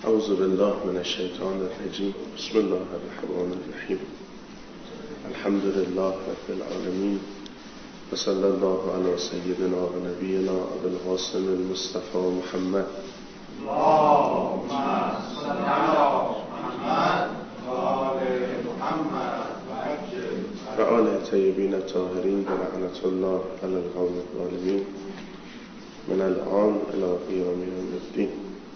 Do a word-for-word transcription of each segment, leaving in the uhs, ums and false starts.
اعوذ بالله من الشیطان الرجیم. بسم الله الرحمن الرحیم. الحمد لله رب العالمین و صلی الله علی سیدنا و نبینا ابی القاسم المصطفى محمد. اللهم صل علی محمد و آل محمد و آل طیبین الطاهرین و لعنت الله علی القوم الظالمین من الان الی قیام یوم الدین.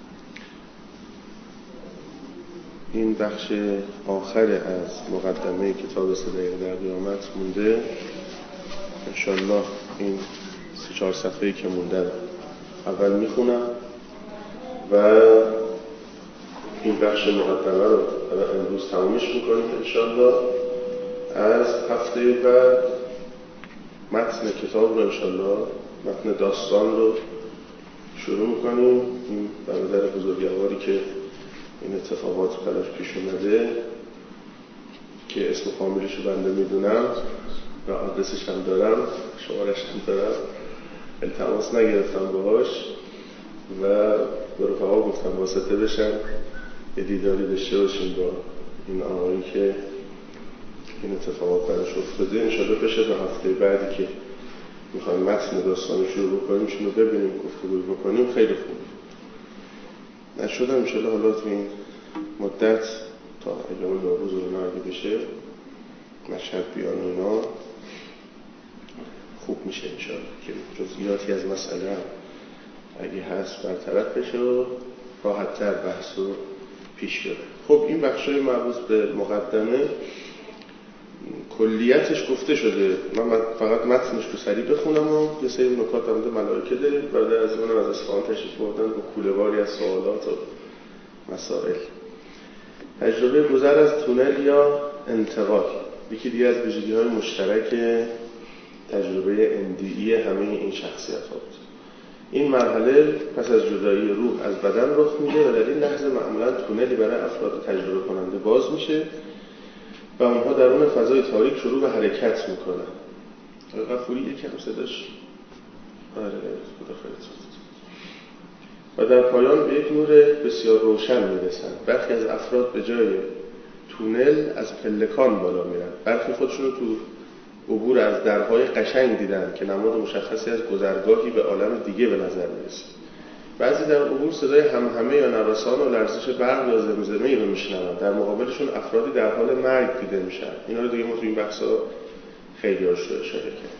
این بخش آخر از مقدمه کتاب سه دقیقه در قیامت مونده. انشالله این سی چهار صفحه‌ای که مونده اول میخونم و این بخش مقدمه رو امروز تمومش میکنیم انشالله. از هفته بعد متن کتاب رو انشالله، متن داستان رو شروع میکنیم. این برادر بزرگواری که این اتفاقات براش پیش اومده که اسم فامیلش رو بنده میدونم و آدرسش هم دارم، شمارش هم دارم، التماس نگرفتم باهاش و به رفقا گفتم واسطه بشم یه دیداری داشته باشیم با این آقایی که این اتفاقات براش افتاده. انشالله بشه به هفته بعدی که میخوایم متن داستان رو شروع بکنیم شروع ببینیم، گفتگو بکنیم. خیلی خوب نشده انشالله حالا تو این مدت تا ایام نوروز رو نرگی بشه مشهد بیان و اینا خوب میشه انشالله که جزئیاتی از مسئله هم اگه هست برطرف بشه و راحت تر بحث رو پیش بره. خب این بخشای مربوط به مقدمه کلیتش گفته شده. من فقط متنش رو سریع بخونم و یه سری نکات هم ده ملائکه داره. برادر از من از اصفهان تشریف بردن با کوله‌باری از سوالات و مسائل. تجربه گذر از تونل یا انتقال یکی دیگه از ویژگی‌های مشترک تجربه اندیعی همه این شخصیت‌ها بود. این مرحله پس از جدایی روح از بدن رخ میده و در این لحظه معمولاً تونلی برای افراد تجربه کننده باز میشه و اونها درون فضای تاریک شروع به حرکت میکنن. غفوری یکم صداش آره خدا خیرت و در پایان به یک نور بسیار روشن میرسن. برخی از افراد به جای تونل از پلکان بالا میرن. برخی خودشون رو تو عبور از درهای قشنگ دیدن که نماد مشخصی از گذرگاهی به عالم دیگه به نظر میرسه. بعضی در عبور صدای همهمه یا نوسان و لرزش برق یا زمزمه‌ای رو میشنون. در مقابلشون افرادی در حال مرگ دیده میشن. اینا رو دیگه ما تو این بحثا خیلی هاش رو اشاره کردیم.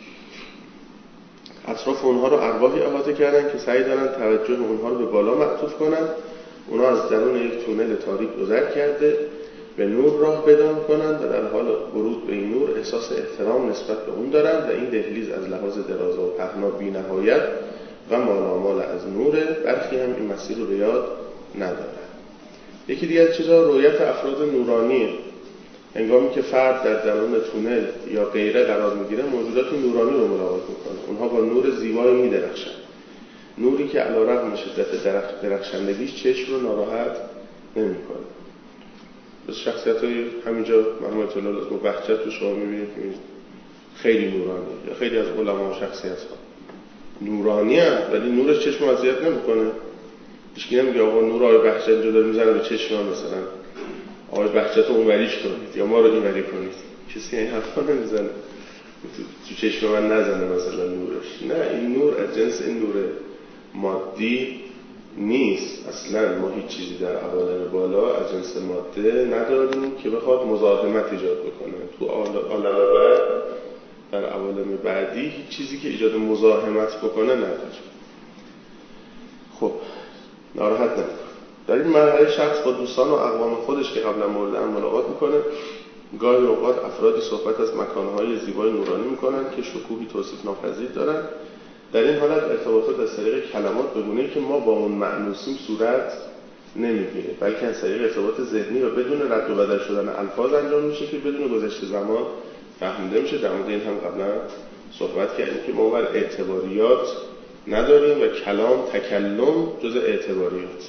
اطراف اونها رو ارواحی احاطه کردن که سعی دارن توجه اونها رو به بالا معطوف کنن. اونها از درون یک تونل تاریک گذر کرده به نور راه پیدا میکنن و در حال ورود به این نور احساس احترام نسبت به اون دارن و این دهلیز از لحاظ دراز و پهنا بی‌نهایت و مالامال از نوره. برخی هم این مسیر رو به یاد ندارن. یکی دیگر چیزا رویت افراد نورانیه. هنگامی که فرد در درون تونل یا غیره قرار میگیره موجودات نورانی رو ملاقات میکنه. اونها با نور زیبایی میدرخشن، نوری که علیرغم شدت درخ... درخشندگیش چشم رو ناراحت نمیکنه. بس شخصیت‌های همینجا مرحوم طلال از بخچت رو شما میبینید خیلی نورانی، یا خیلی از علما و شخصیت‌ها نورانی هست ولی نورش چشم رو اذیت نمیکنه. هیچ کی نمیگه آقا نور آقای بهجت اینجا داره میزنه به چشم من، مثلا آقای بهجت رو اونوریش کنید یا ما رو اینوری کنید. کسی این حرفا نمیزنه تو چشم من نزنه مثلا نورش. نه، این نور از جنس این نور مادی نیست اصلا. ما هیچ چیزی در عوالم بالا از جنس ماده نداریم که بخواد مزاحمت ایجاد بکنه. تو عالم بعد در عوالم بعدی هیچ چیزی که ایجاد مزاحمت بکنه نداره. خب ناراحت نکنه. در این مرحله شخص با دوستان و اقوام خودش که قبلا موردن ملاقات میکنه. گاهی اوقات افرادی صحبت از مکانهای زیبای نورانی میکنن که شکوهی توصیف ناپذیر دارن. در این حالت ارتباطات از طریق کلمات به گونه‌ای که ما با اون مأنوسیم صورت نمیگیره، بلکه از طریق ارتباط ذهنی و بدون رد و بدل شدن الفاظ انجام میشه که بدون گذشت زمان فهمیده میشه. در مورد این هم قبلا صحبت کردیم که ما بر اعتباریات نداریم و کلام تکلم جز اعتباریات.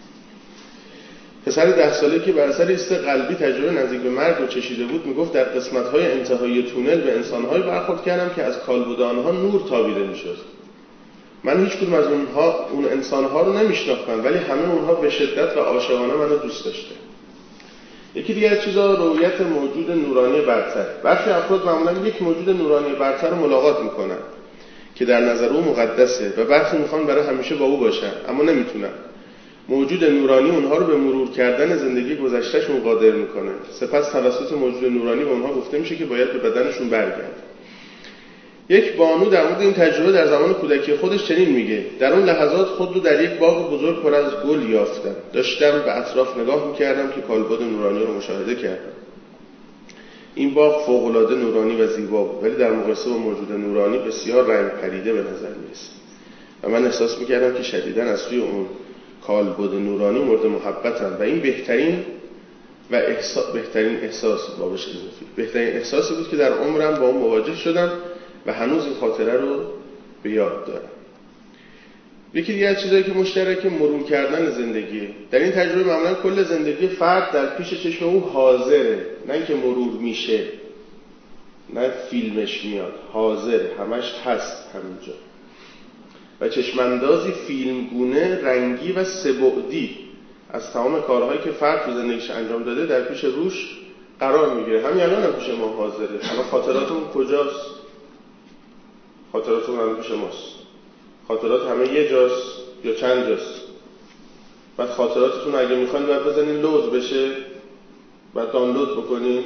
پسر ده ساله که بر اثر ایست قلبی تجربه نزدیک به مرگ رو چشیده بود میگفت در قسمت‌های انتهایی تونل به انسان‌هایی برخورد کردم که از کالبد آنها نور تابیده میشد. من هیچ کدوم از اونها اون انسانها رو نمیشناختم، ولی همه اونها به شدت و عاشقانه منو دوست داشته. یکی دیگه از چیزا رؤیت موجود نورانی برتر. برخی افراد معمولا یک موجود نورانی برتر رو ملاقات میکنن که در نظر او مقدسه و برخی میخوان برای همیشه با او باشن اما نمیتونن. موجود نورانی اونها رو به مرور کردن زندگی گذشتهشون قادر میکنه. سپس توسط موجود نورانی به اونها گفته میشه که باید به بدنشون برگردن. یک بانو در مورد این تجربه در زمان کودکی خودش چنین میگه: در اون لحظات خود رو در یک باغ بزرگ پر از گل یافتم. داشتم به اطراف نگاه میکردم که کالبد نورانی رو مشاهده کردم. این باغ فوق‌العاده نورانی و زیبا بود، ولی در مقایسه با موجود نورانی بسیار رنگ پریده به نظر میرسید و من احساس میکردم که شدیداً از سوی اون کالبد نورانی مورد محبتم و این بهترین و احساس بهترین احساس بابش اضافی بهترین احساسی بود که در عمرم با اون مواجه شدم و هنوز این خاطره رو به یاد دارم. یکی دیگه از چیزایی که مشترک مرور کردن زندگی. در این تجربه معمولا کل زندگی فرد در پیش چشم او حاضره، نه اینکه مرور میشه، نه فیلمش میاد، حاضره، همش هست همینجا. و چشماندازی فیلمگونه، رنگی و سه‌بعدی از تمام کارهایی که فرد تو زندگیش انجام داده در پیش روش قرار میگیره. همین الان هم پیش ما حاضره. اما خاطراتمون کجاست؟ خاطراتمون هم پیش ماست. خاطرات همه یه جاست یا چند جاست. بعد خاطراتتون اگه میخواین باید بزنین لود بشه، بعد دانلود بکنین،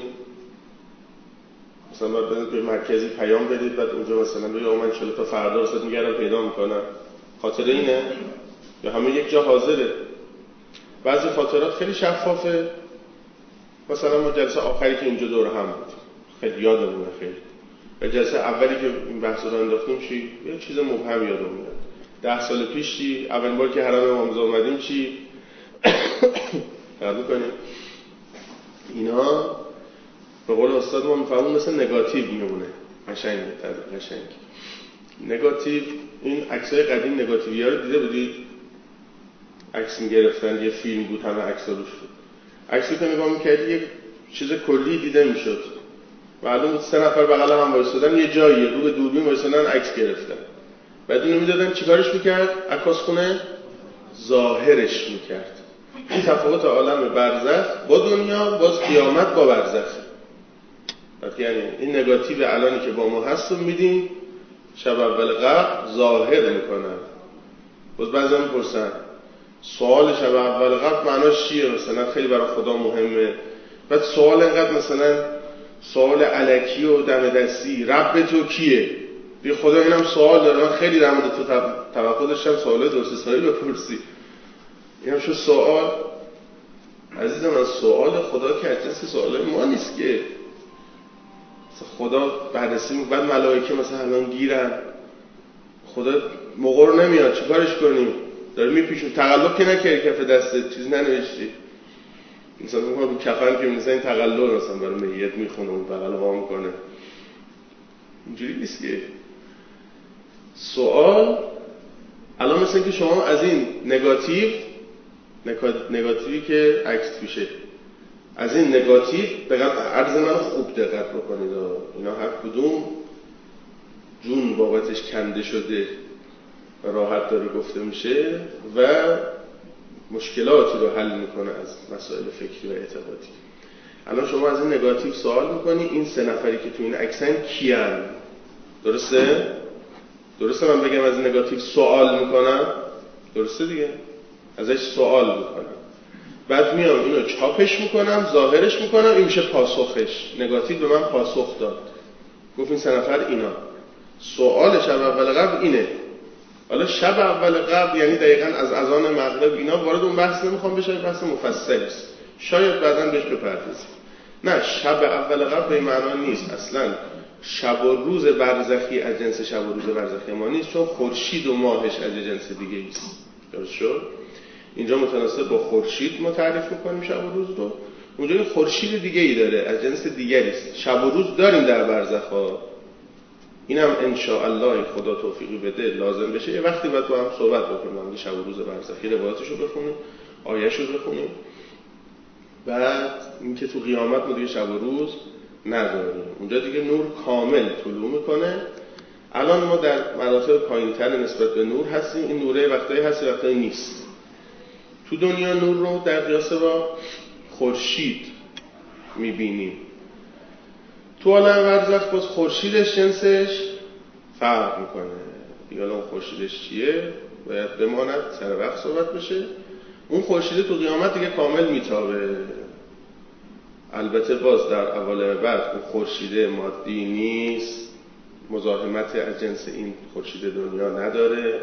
مثلا باید بزنید به مرکزی پیام بدید، بعد اونجا مثلا بگید آقا من چلو تا فردا واسه میگردم پیدا میکنم. خاطره اینه یا همه یک جا حاضره؟ بعضی خاطرات خیلی شفافه. مثلا ما جلسه آخری که اینجا دور هم بود خیلی یادمونه، خیلی و جلسه اولی که این بحث رو انداختیم چی؟ یه چیز مبهم یادم میاد. ده سال پیش چی؟ اولین بار که حرم امام رضا اومدیم چی؟ قبول کنیم اینا به قول استاد ما میفهمون مثل نگاتیو میمونه. قشنگه، قشنگ نگاتیو. این عکسای قدیم نگاتیوی ها رو دیده بودید؟ عکس میگرفتن، یه فیلم بود همه عکس‌ها روش بود. عکسی که نگاه میکردی یک چیز کلی دیده میشد. معلوم بود سه نفر بغل هم وایسادن یه جایی رو به دوربین وایسادن عکس گرفتن. بعد اینو میدادن چیکارش میکرد؟ عکاس خونه ظاهرش میکرد. این تفاوت عالم برزخ با دنیا، باز قیامت با برزخ. یعنی این نگاتیو الانی که با ما هست رو میدیم شب اول قبل ظاهر میکنن. باز بعضی هم میپرسن سوال شب اول قبل معناش چیه؟ مثلا خیلی برای خدا مهمه. بعد سوال اینقدر مثلا سوال الکی و دم دستی، رب تو کیه؟ بی خدا اینم سوال داره. من خیلی در مورد تو توقع داشتم سوالای درست حسابی بپرسی. اینم شو سوال. عزیزم من سوال خدا که از جنس سوالای ما نیست که. خدا بررسی میکنه، بعد ملائکه مثلا الان گیرن، خدا موقع رو نمیاد چیکارش کنیم؟ داره میپیشون. تقلب که نکردی کف دستت چیزی ننوشتی؟ مثلا میگم رو کفن که می‌نویسن این تقلب مثلا برای میت میخونه اون بغل وا میکنه. اینجوری نیست که. سوال الان مثلا که شما از این نگاتیو نگاتیوی که عکس توشه، از این نگاتیو دقیق عرض من خوب دقت بکنید. اینا هر کدوم جون بابتش کنده شده و راحت داره گفته میشه و مشکلاتی رو حل میکنه از مسائل فکری و اعتقادی. الان شما از این نگاتیو سوال میکنی این سه نفری که تو این عکسن کیان؟ درسته؟ درسته من بگم از این نگاتیو سوال میکنم؟ درسته دیگه؟ ازش سوال میکنم. بعد میام اینو چاپش میکنم، ظاهرش میکنم، این میشه پاسخش. نگاتیو به من پاسخ داد. گفت این سه نفر اینا. سوال شب اول قبل اینه. حالا شب اول قبل یعنی دقیقاً از اذان مغرب اینا وارد اون بحث نمیخوام بشه، بحث مفصلی است. شاید بعداً بهش بپردازیم. نه شب اول قبل به معنا نیست. اصلاً شب و روز برزخی از جنس شب و روز برزخی ما نیست، چون خورشید و ماهش از جنس دیگه است. درست شد؟ اینجا متناسب با خورشید ما تعریف می‌کنیم شب و روز رو. اونجا یه خورشید دیگه‌ای داره، از جنس دیگری است. شب و روز داریم در برزخ‌ها. اینم ان شاء الله خدا توفیقی بده لازم بشه یه وقتی بعد با هم صحبت بکنیم، شب و روز برزخی روایتشو بخونیم، آیه‌شو بخونیم. بعد اینکه تو قیامت ما دیگه شب و روز نداریم. اونجا دیگه نور کامل طلوع میکنه الان ما در مراتب پایین‌تر نسبت به نور هستیم. این نوره وقتایی هست وقتایی نیست. تو دنیا نور رو در قیاس با خورشید می‌بینیم. تو عالم برزخ باز خورشیدش جنسش فرق میکنه. دیگه اون خورشیدش چیه باید بماند، سر وقت صحبت بشه. اون خورشید تو قیامت دیگه کامل میتابه. البته باز در عوالم بعد اون خورشید مادی نیست، مزاحمت از جنس این خورشید دنیا نداره.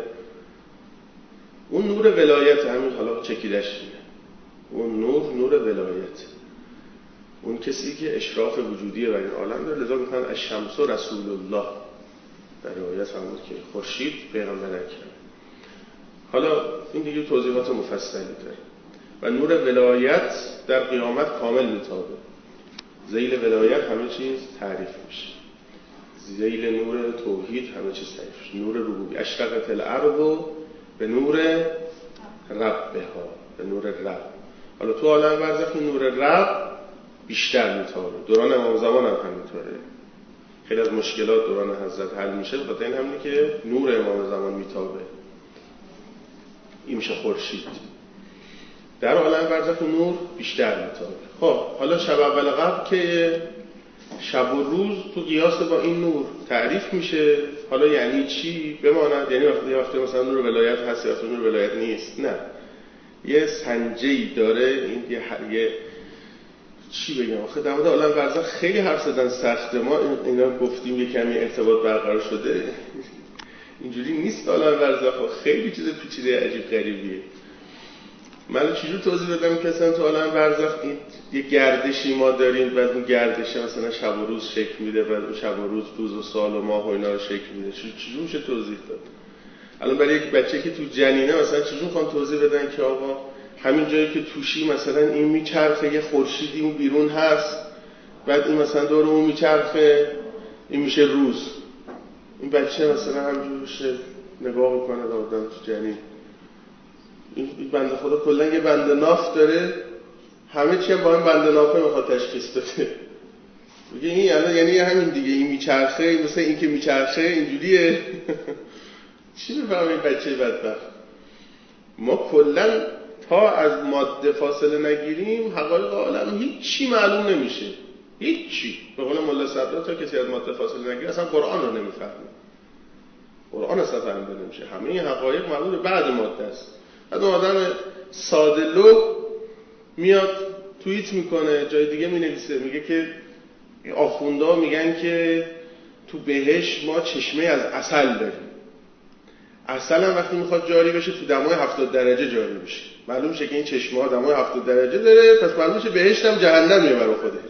اون نور ولایت، همین حالا چکیدش اینه، اون نور نور ولایت، اون کسی که اشراف وجودی بر این عالم داره. لذا میگن الشمس رسول الله، در روایت فرمود که خورشید پیغمبر اکرم. حالا این دیگه توضیحات مفصلی داره. و نور ولایت در قیامت کامل میتابه. ذیل ولایت همه چیز تعریف میشه، ذیل نور توحید همه چیز تعریف میشه. نور ربوبی، اشرقت الارض به نور ربها، به نور رب. حالا تو عالم برزخ نور رب بیشتر میتابه. دوران امام زمان هم همینطوره. خیلی از مشکلات دوران حضرت حل میشه، بخاطر این همینه که نور امام زمان میتابه. این میشه خورشید. در عالم برزخ نور بیشتر میتابه. خب حالا شب اول قبل که شب و روز تو قیاس با این نور تعریف میشه. حالا یعنی چی؟ بماند یعنی وقتی وقتی مثلا نور ولایت هست یا نور ولایت نیست، نه، یه سنجه‌ای داره. این یه, یه چی بگم آخه در مورد عالم برزخ خیلی حرف زدن سخته. ما اینا گفتیم یه کمی ارتباط برقرار شده، اینجوری نیست. عالم برزخ خیلی چیز پیچیده عجیب غریبیه. من چجور توضیح بدم که اصلا تو عالم برزخ این یه گردشی ما داریم، بعد اون گردش مثلا شب و روز شکل میده، بعد اون شب و روز روز و سال و ماه و اینا رو شکل میده. چجور میشه توضیح داد؟ الان برای یک بچه که تو جنینه مثلا چجور خوان توضیح بدن که آقا همین جایی که توشی مثلا این میچرخه، یه خورشیدی اون بیرون هست، بعد این مثلا دور اون میچرخه، این میشه روز. این بچه مثلا همینجور بشه نگاه بکنه آدم تو جنین. این بنده خدا کلا یه بنده ناف داره، همه چی هم با این بنده نافه میخواد تشخیص بده. میگه این یعنی یعنی همین دیگه، این میچرخه، این مثلا این که میچرخه اینجوریه. چی بفهمه این بچه بدبخت؟ ما کلا تا از ماده فاصله نگیریم حقایق عالم هیچی معلوم نمیشه، هیچی. به قول ملا صدرا تا کسی از ماده فاصله نگیره اصلا قرآن رو نمیفهمه، قرآن اصلا فهمیده نمیشه. همه این حقایق مربوط بعد ماده است. بعد آدم ساده لوح میاد توییت میکنه، جای دیگه مینویسه، میگه که آخوندا میگن که تو بهشت ما چشمه از عسل داریم. عسل هم وقتی میخواد جاری بشه تو دمای هفتاد درجه جاری بشه. معلوم شه که این چشمه ها دمای هفتاد درجه داره، پس معلوم شه بهشت هم جهنمیه برای خودش.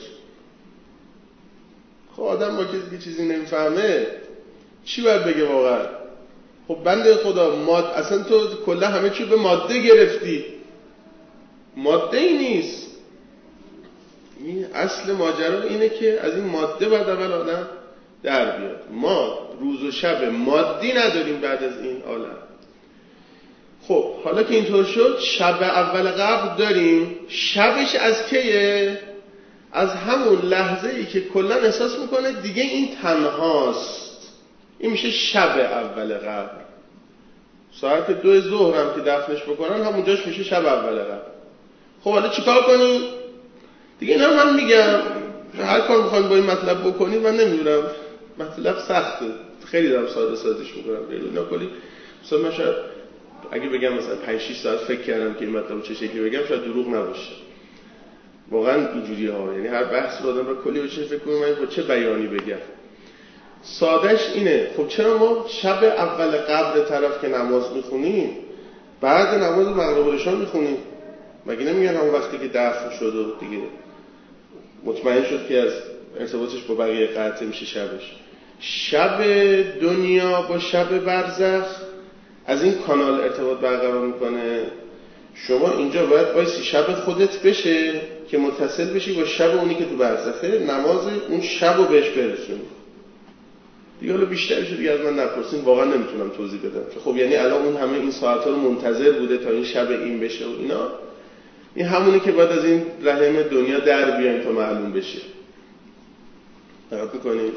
خب آدم با کسی که چیزی نمیفهمه چی باید بگه واقعا؟ خب بنده خدا ماد اصلا تو کلا همه چی به ماده گرفتی، ماده ای نیست. این اصل ماجرا اینه که از این ماده باید اول آدم در بیاد. ما روز و شب مادی نداریم بعد از این عالم. خب حالا که اینطور شد، شب اول قبل داریم. شبش از کیه؟ از همون لحظه ای که کلا احساس میکنه دیگه این تنهاست. این میشه شب اول قبل. ساعت دو ظهر هم که دفنش بکنن همونجاش میشه شب اول قبل. خب حالا چیکار کنیم؟ دیگه اینا من میگم هر کار میخواین با این مطلب بکنید، من نمیدونم، مطلب سخته، خیلی دارم ساده سازیش میکنم. اینا کلی مثلا من شاید اگه بگم مثلا پنج شش ساعت فکر کردم که این مطلب چه شکلی بگم، شاید دروغ نباشه. واقعا اینجوریه ها، یعنی هر بحث رو آدم رو کلی بچه فکر کنم من با چه بیانی بگم. سادهش اینه، خب چرا ما شب اول قبل طرف که نماز میخونیم بعد نماز مغرب و عشا میخونیم؟ مگه نمیگن همون وقتی که دفن شد و دیگه مطمئن شد که از ارتباطش با بقیه قطع میشه شبش؟ شب دنیا با شب برزخ از این کانال ارتباط برقرار میکنه. شما اینجا باید بایستی شب خودت بشه که متصل بشی با شب اونی که تو برزخه، نماز اون شب رو بهش برسونی. دیگه حالا بیشترش دیگه از من نپرسین، واقعا نمیتونم توضیح بدم. خب یعنی الان اون همه این ساعت‌ها رو منتظر بوده تا این شب این بشه و اینا. این همونی که بعد از این رحم دنیا در بیاین تا معلوم بشه. دقت می‌کنید؟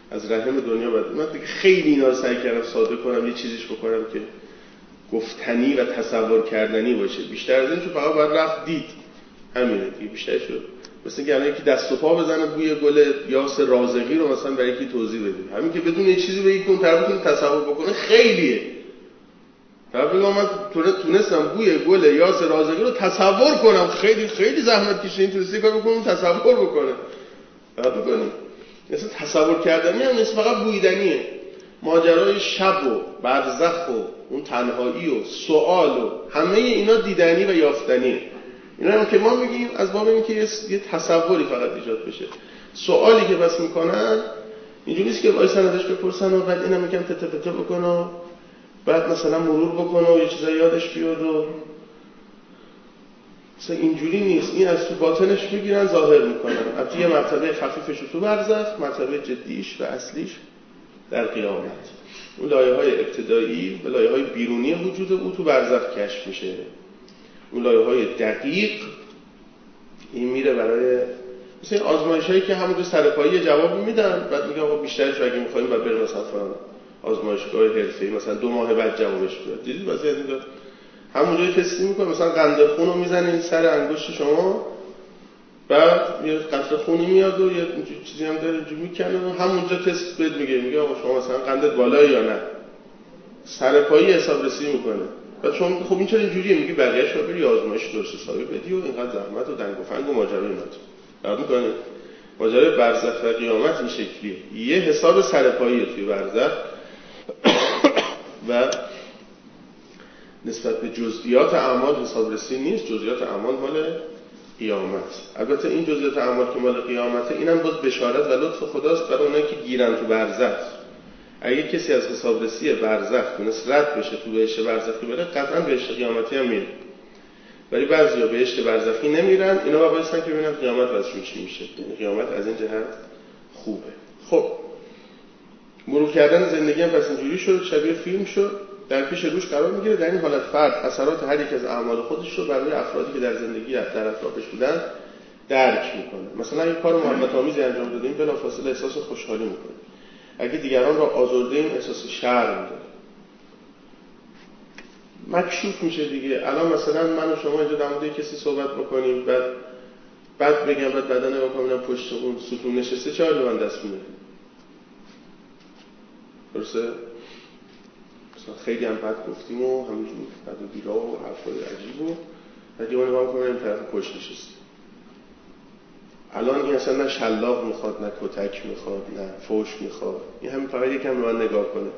از رحم دنیا بعد من دیگه خیلی اینا رو سعی کردم ساده کنم، یه چیزیش بکنم که گفتنی و تصور کردنی باشه. بیشتر از این چون فقط باید رفت دید، همینه دیگه. بیشتر شد مثلا که الان یکی دست و پا بزنه بوی گل یاس رازقی رو مثلا برای یکی توضیح بده، همین که بدون یه چیزی بگی که اون طرف بتونه تصور بکنه خیلیه. طرف بگم من تونستم بوی گل یاس رازقی رو تصور کنم، خیلی خیلی زحمت کشیدین تونستی کار بکنم تصور بکنه. بعد بکنیم مثلا تصور کردنی هم نیست، فقط بویدنیه. ماجرای شب و برزخ و اون تنهایی و سوال و همه اینا دیدنی و یافتنیه. اینا هم که ما میگیم از باب اینکه یه تصوری فقط ایجاد بشه. سوالی که بس میکنن اینجوری نیست که وایسن ازش بپرسن و بعد اینم میگم تته تته بکنه، بعد مثلا مرور بکنه و یه چیزا یادش بیاد و مثلا اینجوری نیست. این از تو باطنش میگیرن ظاهر میکنن. البته یه مرتبه خفیفش تو برزخ، مرتبه جدیش و اصلیش در قیامت. اون لایه‌های ابتدایی و لایه‌های بیرونی وجود او تو برزخ کشف میشه. اون لایه‌های دقیق این میره برای مثلا آزمایش‌هایی که همونجا سرپایی جواب میدن، بعد میگن آقا بیشترش اگه می‌خوایم بعد بریم مثلا فلان آزمایشگاه حرفه‌ای مثلا دو ماه بعد جوابش بیاد. دیدید وضعیت اینجا همونجا تست می‌کنه، مثلا قند خون رو میزنین سر انگشت شما، بعد یه قطره خونی میاد و یه چیزی هم داره اینجوری میکنه و همونجا تست بهت میگه، میگه آقا شما مثلا قندت بالایی یا نه. سرپایی حسابرسی میکنه. بعد شما خب این چرا اینجوریه؟ میگه بقیه‌اش رو بری آزمایش درست حسابی بدی و اینقدر زحمت و دنگ و فنگ و ماجرای اینا. بعد میکنه ماجرای برزخ و قیامت این شکلیه. یه حساب سرپایی توی برزخ و نسبت به جزئیات اعمال حسابرسی نیست. جزئیات اعمال مال قیامت. البته این جزئیات اعمال که مال قیامته اینم باز بشارت و لطف خداست برای اونایی که گیرن تو برزخ. اگه کسی از حسابرسی برزخ تونست رد بشه تو بهشت برزخی بره، قطعا بهشت قیامتی هم میره. ولی بعضیا بهشت برزخی نمیرن، اینا باید بایستن که ببینن قیامت واسهشون چی میشه. یعنی قیامت از این جهت خوبه. خب مرور کردن زندگی هم پس اینجوری شد، شبیه فیلم شد، در پیش روش قرار میگیره. در این حالت فرد اثرات هر یک از اعمال خودش رو برای افرادی که در زندگی در اطرافش بودن درک میکنه. مثلا اگه کار محبت آمیزی انجام دادیم بلافاصله احساس خوشحالی میکنه. اگه دیگران را آزردیم احساس شرم داره. مکشوف میشه دیگه. الان مثلا من و شما اینجا در مورد کسی صحبت بکنیم، بعد بعد بگم بعد بدن نگاه کنم پشت اون ستون نشسته، چه حالی من دست میده؟ درسته؟ مثلا خیلی هم بد گفتیم و همینجور بد و بیرا و حرفای عجیب و بعد یه نگاه کنم این طرف پشت نشسته. الان این اصلا نه شلاق میخواد، نه کتک میخواد، نه فوش میخواد. این همین فقط یکم به من نگاه کنه.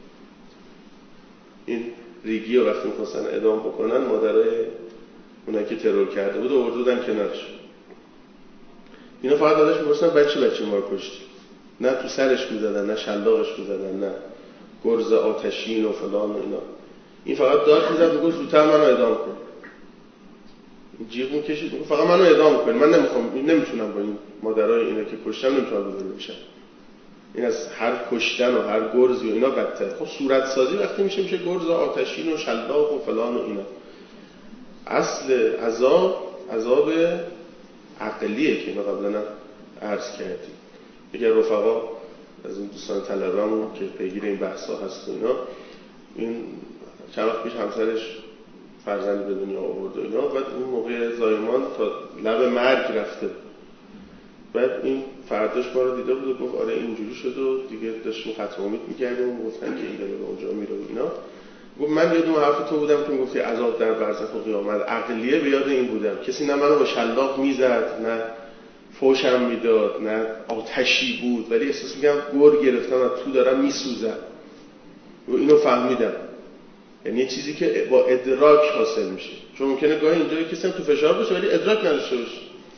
این ریگی رو وقتی میخواستن اعدام بکنن، مادرای اونایی که ترور کرده بود آورده بودن کنارش. اینا فقط ازش میپرسن بچه بچه ما رو کشتی. نه تو سرش میزدن، نه شلاقش میزدن، نه گرز آتشین و فلان و اینا. این فقط داد میزد میگفت زودتر منو اعدام کن. جیغ میکشید میگفت فقط منو اعدام کن، من نمیخوام، نمیتونم با این مادرای اینا که کشتم نمیتونم بزرگ بشم. این از هر کشتن و هر گرزی و اینا بدتر. خب صورت سازی وقتی میشه میشه گرز آتشین و شلاق و فلان و اینا. اصل عذاب عذاب عقلیه که ما قبلا عرض کردیم. یکی از رفقا از این دوستان طلبه‌مون که پیگیر این بحثا هست و اینا، این چند وقت پیش همسرش فرزندی به دنیا آورد و اینا، بعد اون موقع زایمان تا لب مرگ رفته. بعد این فرداش ما رو دیده بود و گفت آره اینجوری شد و دیگه داشتیم ختم امید می‌کردیم و گفتن که این داره به اونجا میره و اینا. گفت من یادم حرف تو بودم که میگفتی عذاب در برزخ و قیامت، عقلیه به یاد این بودم. کسی نه منو با شلاق میزد، نه فوشم میداد، نه آتشی بود، ولی احساس می‌کردم گور گرفتم و تو دارم میسوزم. و اینو فهمیدم. یعنی یه چیزی که با ادراک حاصل میشه. چون ممکنه گاهی اینجا کسی هم تو فشار باشه ولی ادراک نداشته باشه.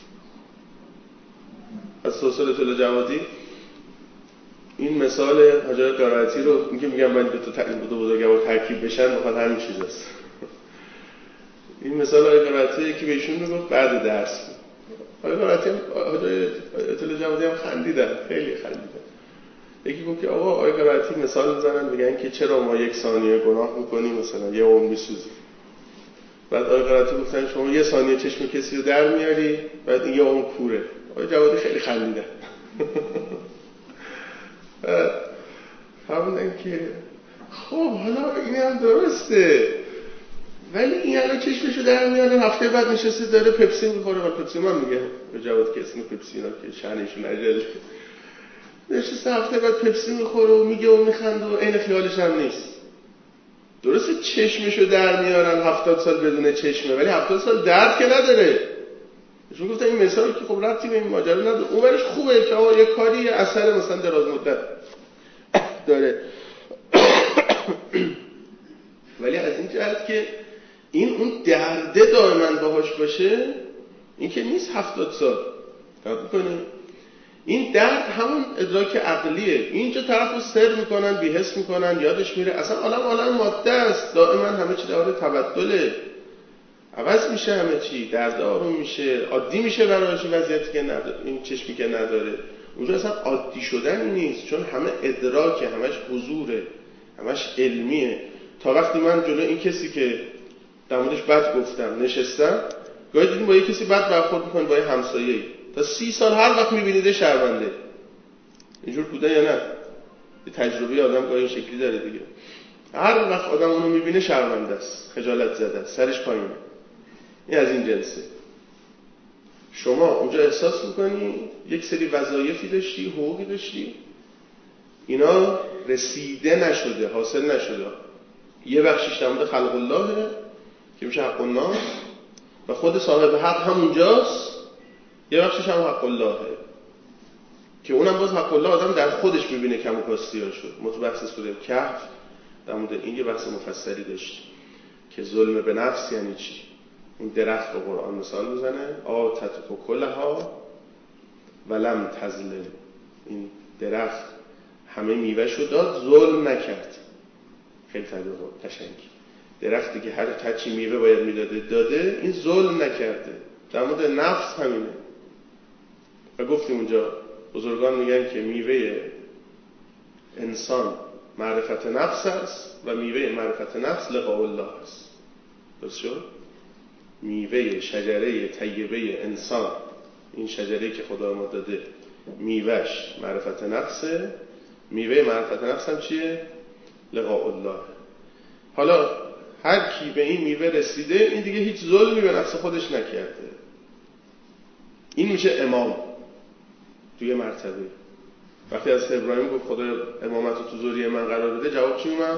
از سلسله طول جوادی این مثال حاجی قرائتی رو میگه، میگم من دو تا دو بزرگوار ترکیب بشن مثلا همین چیز است. این مثال حاجی قرائتی که بهشون میگفت بعد درس. حاجی قرائتی هم حاجی طول جوادی هم خندیدن، خیلی خندیدن. یکی گفت که آقا آقای قرائتی مثال میزنن میگن که چرا ما یک ثانیه گناه میکنیم مثلا یه عمر میسوزیم. بعد آقای قرائتی گفتن شما یه ثانیه چشم کسی رو در میاری بعد این یه عمر کوره. آقای جوادی خیلی خندیدن. فهمیدن که خب حالا این هم درسته، ولی این الان چشمشو در میاره، هفته بعد نشسته داره پپسی میخوره. ولی پپسی من میگه به جواد که اسم پپسی اینا که شأنشون عجله، نشسته هفته بعد پپسی میخوره و میگه و میخنده و عین خیالش هم نیست. درسته چشمشو در میارن هفتاد سال بدون چشمه، ولی هفتاد سال درد که نداره. چون گفتن این مثالی که خب ربطی به این ماجرا نداره، اون برش خوبه که آقا یه کاری یه اثر مثلا دراز مدت داره. ولی از این جهت که این اون درده دائما باهاش باشه، این که نیست هفتاد سال فکر کنیم. این درد همون ادراک عقلیه. اینجا طرفو سر میکنن، بی‌حس میکنن، یادش میره اصلا عالم عالم ماده است، دائما همه چی در حال تبدله، عوض میشه همه چی، درد آروم میشه، عادی میشه برایش وضعیتی که نداره، این چشمی که نداره. اونجا اصلا عادی شدن نیست، چون همه ادراکه، همش حضوره، همش علمیه. تا وقتی من جلو این کسی که در موردش بد گفتم نشستم، گاهی دیدیم با یه کسی بد برخورد میکنه، با یه همسایه‌ای، تا سی سال هر وقت میبینیده شرمنده. اینجور بوده یا نه؟ یه تجربه آدم گاهی این شکلی داره دیگه. هر وقت آدم اونو میبینه شرمنده است، خجالت زده است، سرش پایینه. این از این جنسه. شما اونجا احساس میکنی یک سری وظایفی داشتی، حقوقی داشتی، اینا رسیده نشده، حاصل نشده. یه بخشش در مورد خلق الله که میشه حق الناس و خود صاحب حق همونجاست، یه بخشش هم حق الله که اونم باز حق الله آدم در خودش میبینه کم و کاستیاشو. متبحث سوره کهف در مورد این یه بحث مفصلی داشت که ظلم به نفس یعنی چی. اون درخت رو قرآن مثال میزنه، آتت اکلها ولم تظلم، این درخت همه میوه‌شو داد، ظلم نکرد. خیلی تعبیر قشنگی. درختی که هر تچی میوه باید میداده داده، این ظلم نکرده. در مورد نفس همینه. و گفتیم اونجا بزرگان میگن که میوه انسان معرفت نفس است و میوه معرفت نفس لقاء الله است. درست شد؟ میوه شجره طیبه انسان، این شجره که خدا ما داده، میوهش معرفت نفسه. میوه معرفت نفس هم چیه؟ لقاء الله. حالا هر کی به این میوه رسیده، این دیگه هیچ ظلمی به نفس خودش نکرده. این میشه امام توی مرتبه. وقتی از ابراهیم گفت خدا امامت رو تو ذریه من قرار بده، جواب چی اومد؟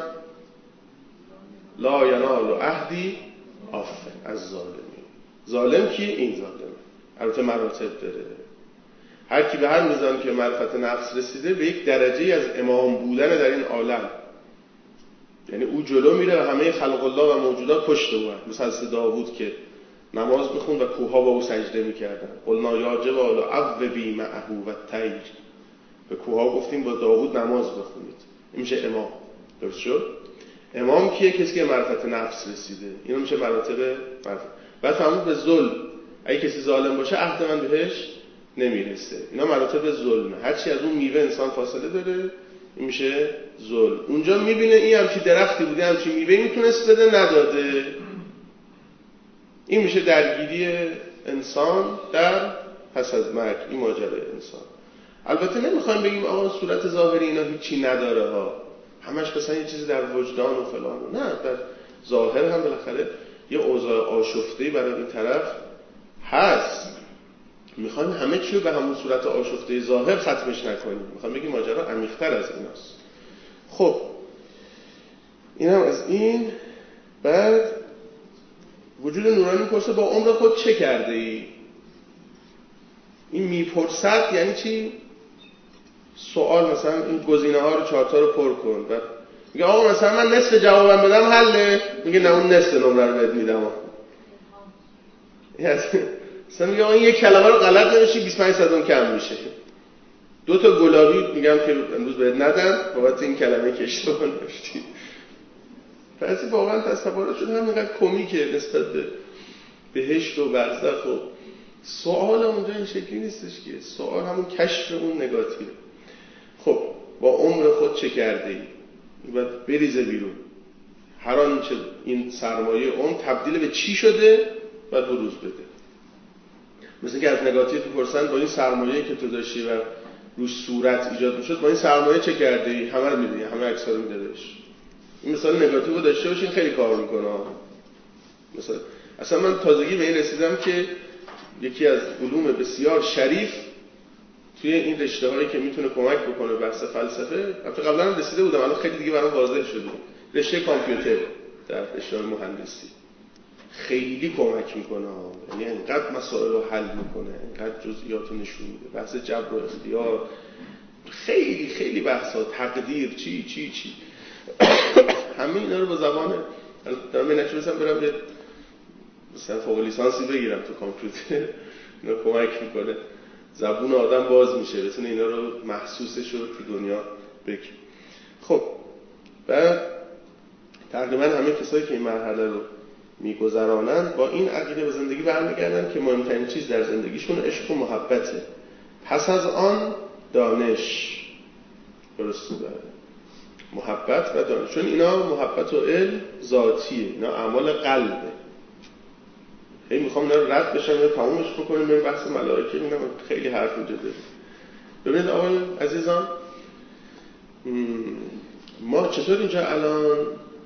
لا ینال عهدی آفر از ظالمی. ظالم کی؟ این ظالمه. البته مراتب داره. هر کی به هر میزان که معرفت نفس رسیده به یک درجه از امام بودن در این عالم، یعنی او جلو میره و همه خلق الله و موجودات پشت او هست. مثل حضرت داوود که نماز میخوند و کوها با او سجده میکردن. قلنا یا جبال عوبی معه و الطیر، به کوها گفتیم با داوود نماز بخونید. این میشه امام. درست شد؟ امام کیه؟ کسی که معرفت نفس رسیده. اینا میشه مراتب معرفت. بعد فهمید به ظلم، اگه کسی ظالم باشه عهد من بهش نمیرسه. اینا مراتب ظلمه. هرچی از اون میوه انسان فاصله داره، این میشه ظلم. اونجا میبینه این همچی درختی بوده، همچی میوه میتونست بده نداده. این میشه درگیری انسان در پس از مرگ، این ماجرای انسان. البته نمیخوایم بگیم آقا صورت ظاهری اینا هیچی نداره ها، همش مثلا یه چیزی در وجدان و فلان. نه، در ظاهر هم بالاخره یه اوضاع آشفته‌ای برای این طرف هست. میخوایم همه چیو به همون صورت آشفته ظاهر ختمش نکنیم. میخوایم بگیم ماجرا عمیق‌تر از ایناست. خب اینم از این. بعد وجود نورانی میپرسه با عمر خود چه کرده ای؟ این میپرسد یعنی چی؟ سوال. مثلا این گزینه ها رو چهارتا رو پر کن و میگه آقا مثلا من نصف جوابم بدم حله؟ میگه نه، اون نصف نمره رو بهت میدم. مثلا میگه آقا این یک کلمه رو غلط نوشتی بیست و پنج صدم کم میشه. دو تا گلابی میگم که امروز بهت ندم بابت این کلمه که اشتباه نوشتی. پس واقعا تصورات شد همینقدر کمیکه نسبت به بهشت و برزخ و سوال اونجا این شکلی نیستش که سوال همون کشف اون نگاتیوه. خب با عمر خود چه کرده ای؟ باید بریزه بیرون. هر آنچه این سرمایه عمر تبدیل به چی شده باید بروز بده. مثل که از نگاتیو بپرسن با این سرمایه‌ای که تو داشتی و روش صورت ایجاد میشد، با این سرمایه چه کرده ای؟ همه رو میدونی، همه عکس‌ها رو میدادش. این مثال نگاتیو رو داشته باشین خیلی کار میکنه. مثلا اصلا من تازگی به این رسیدم که یکی از علوم بسیار شریف توی این رشته هایی که میتونه کمک بکنه بحث فلسفه، البته قبلا هم رسیده بودم الان خیلی دیگه برام واضح شده، رشته کامپیوتر در رشته مهندسی خیلی کمک میکنه. یعنی اینقدر مسائل رو حل میکنه، اینقدر جزئیات رو نشون میده، بحث جبر و اختیار، خیلی خیلی بحثا، تقدیر، چی چی چی همه اینا رو با زبان دارم این نچونستم برم به مثلا فوق لیسانسی بگیرم تو کامپیوتر، اینا کمک میکنه زبون آدم باز میشه، بتونه اینا رو محسوسش رو تو دنیا بگه. خب بعد تقریبا همه کسایی که این مرحله رو میگذرانن با این عقیده به زندگی برمیگردن که مهمترین چیز در زندگیشون عشق و محبته، پس از آن دانش. درسته؟ محبت و دانش، چون اینا محبت و علم ذاتیه، اینا اعمال قلبه. هی میخوام اینا رو رد بشم و تمومش بکنیم بریم بحث ملائکه. اینا خیلی حرف اینجا داریم. ببینید آقای عزیزان، ما چطور اینجا الان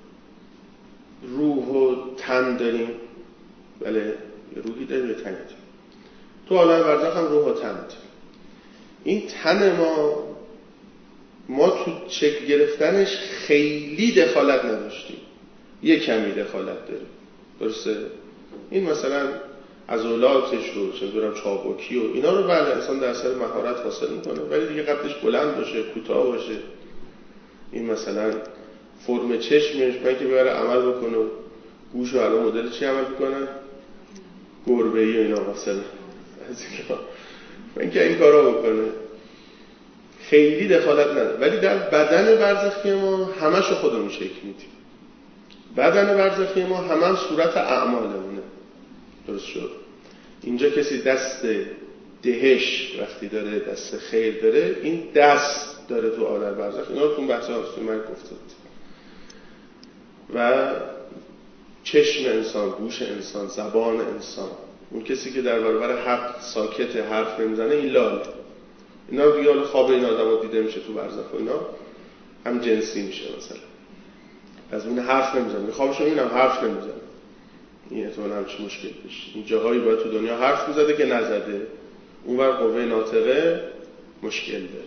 روح و تن داریم؟ بله، روحی داریم یه تنی داریم. تو عالم برزخ هم روح و تن داریم. این تن ما ما تو شکل گرفتنش خیلی دخالت نداشتیم، یه کمی دخالت داریم. درسته؟ این مثلا عضلاتش رو چه می‌دونم چابکی و اینا رو بله انسان در اثر مهارت حاصل میکنه، ولی دیگه قدش بلند باشه، کوتاه باشه، این مثلا فرم چشمش من که ببره عمل بکنه، گوش و الان مدل چی عمل میکنن؟ گربه‌ای و اینا مثلا از اینا من که این کارا بکنه خیلی دخالت نداره. ولی در بدن برزخی ما همشو خودمون شکل میدیم. بدن برزخی ما همه هم صورت اعمالمونه. درست شد؟ اینجا کسی دست دهش وقتی داره، دست خیر داره، این دست داره تو عالم برزخ. اینا رو تو بحث هستی من گفته بود. و چشم انسان، گوش انسان، زبان انسان، اون کسی که در برابر حق ساکت حرف نمیزنه این لال. اینا رو دیگه خواب این آدم ها دیده میشه تو برزخ و اینا هم جنسی میشه. مثلا از اون حرف نمیزنه، خوابشون این هم حرف نمیزنه، این احتمال هم چه مشکل بشه. این جاهایی باید تو دنیا حرف میزده که نزده، اونور قوه ناطقه مشکل داره.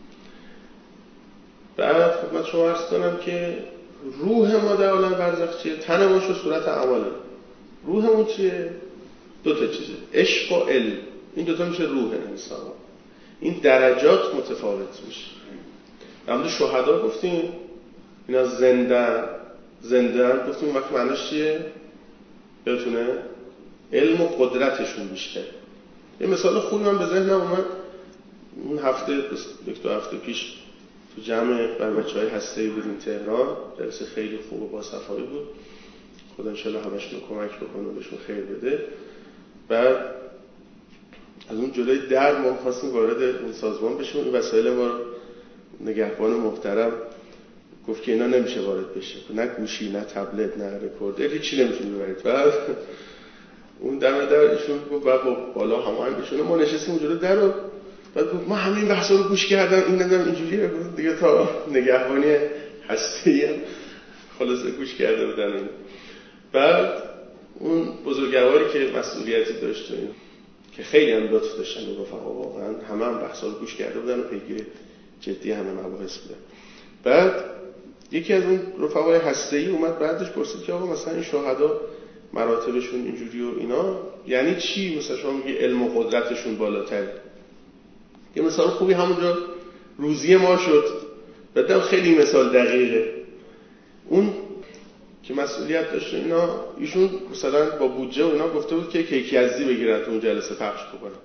بعد خدمت شما عرض کنم که روح ما در عالم برزخ چیه؟ تن ما شو صورت اعماله. روحمون چیه؟ دو تا چیزه، عشق و علم. این دو تا میشه روح انسان. این درجات متفاوت میشه. همون شهدا گفتیم اینا زنده زنده گفتیم وقتی معنیش چیه؟ یادتونه؟ علم و قدرتشون بیشتر. یه مثال خوبی من به ذهنم اومد اون هفته یک دو هفته پیش تو جمع بر بچه‌های هسته‌ای بودیم تهران، جلسه خیلی خوب و با صفایی بود. خدا ان شاءالله همشون کمک بکنه و بهشون خیر بده. بعد از اون جلوی در ما خواستیم وارد اون سازمان بشیم، این وسایل ما نگهبان محترم گفت که اینا نمیشه وارد بشه، نه گوشی نه تبلت نه رکوردر هیچی نمیتونی ببرید. بعد اون دم در ایشون گفت بعد بالا هماهنگشونه ما نشستیم اونجا در رو، بعد گفت ما همین بحثا رو گوش کردم این ندارم اینجوریه دیگه، تا نگهبانی هسته‌ای هم خلاصه گوش کرده بودن. بعد اون بزرگواری که مسئولیتی داشت که خیلی هم لطف داشتن و رفقا واقعا همه هم بحثا رو گوش کرده بودن و پیگیر جدی همه مباحث بودن. بعد یکی از اون رفقای هسته‌ای اومد بعدش پرسید که آقا مثلا این شهدا مراتبشون اینجوری و اینا یعنی چی؟ مثلا شما میگی علم و قدرتشون بالاتره. یه مثال خوبی همونجا روزی ما شد. بعدم خیلی مثال دقیقه. اون که مسئولیت داشت اینا، ایشون مثلا با بودجه و اینا گفته بود که کیکی ازدی بگیرن تو اون جلسه پخش بکنن.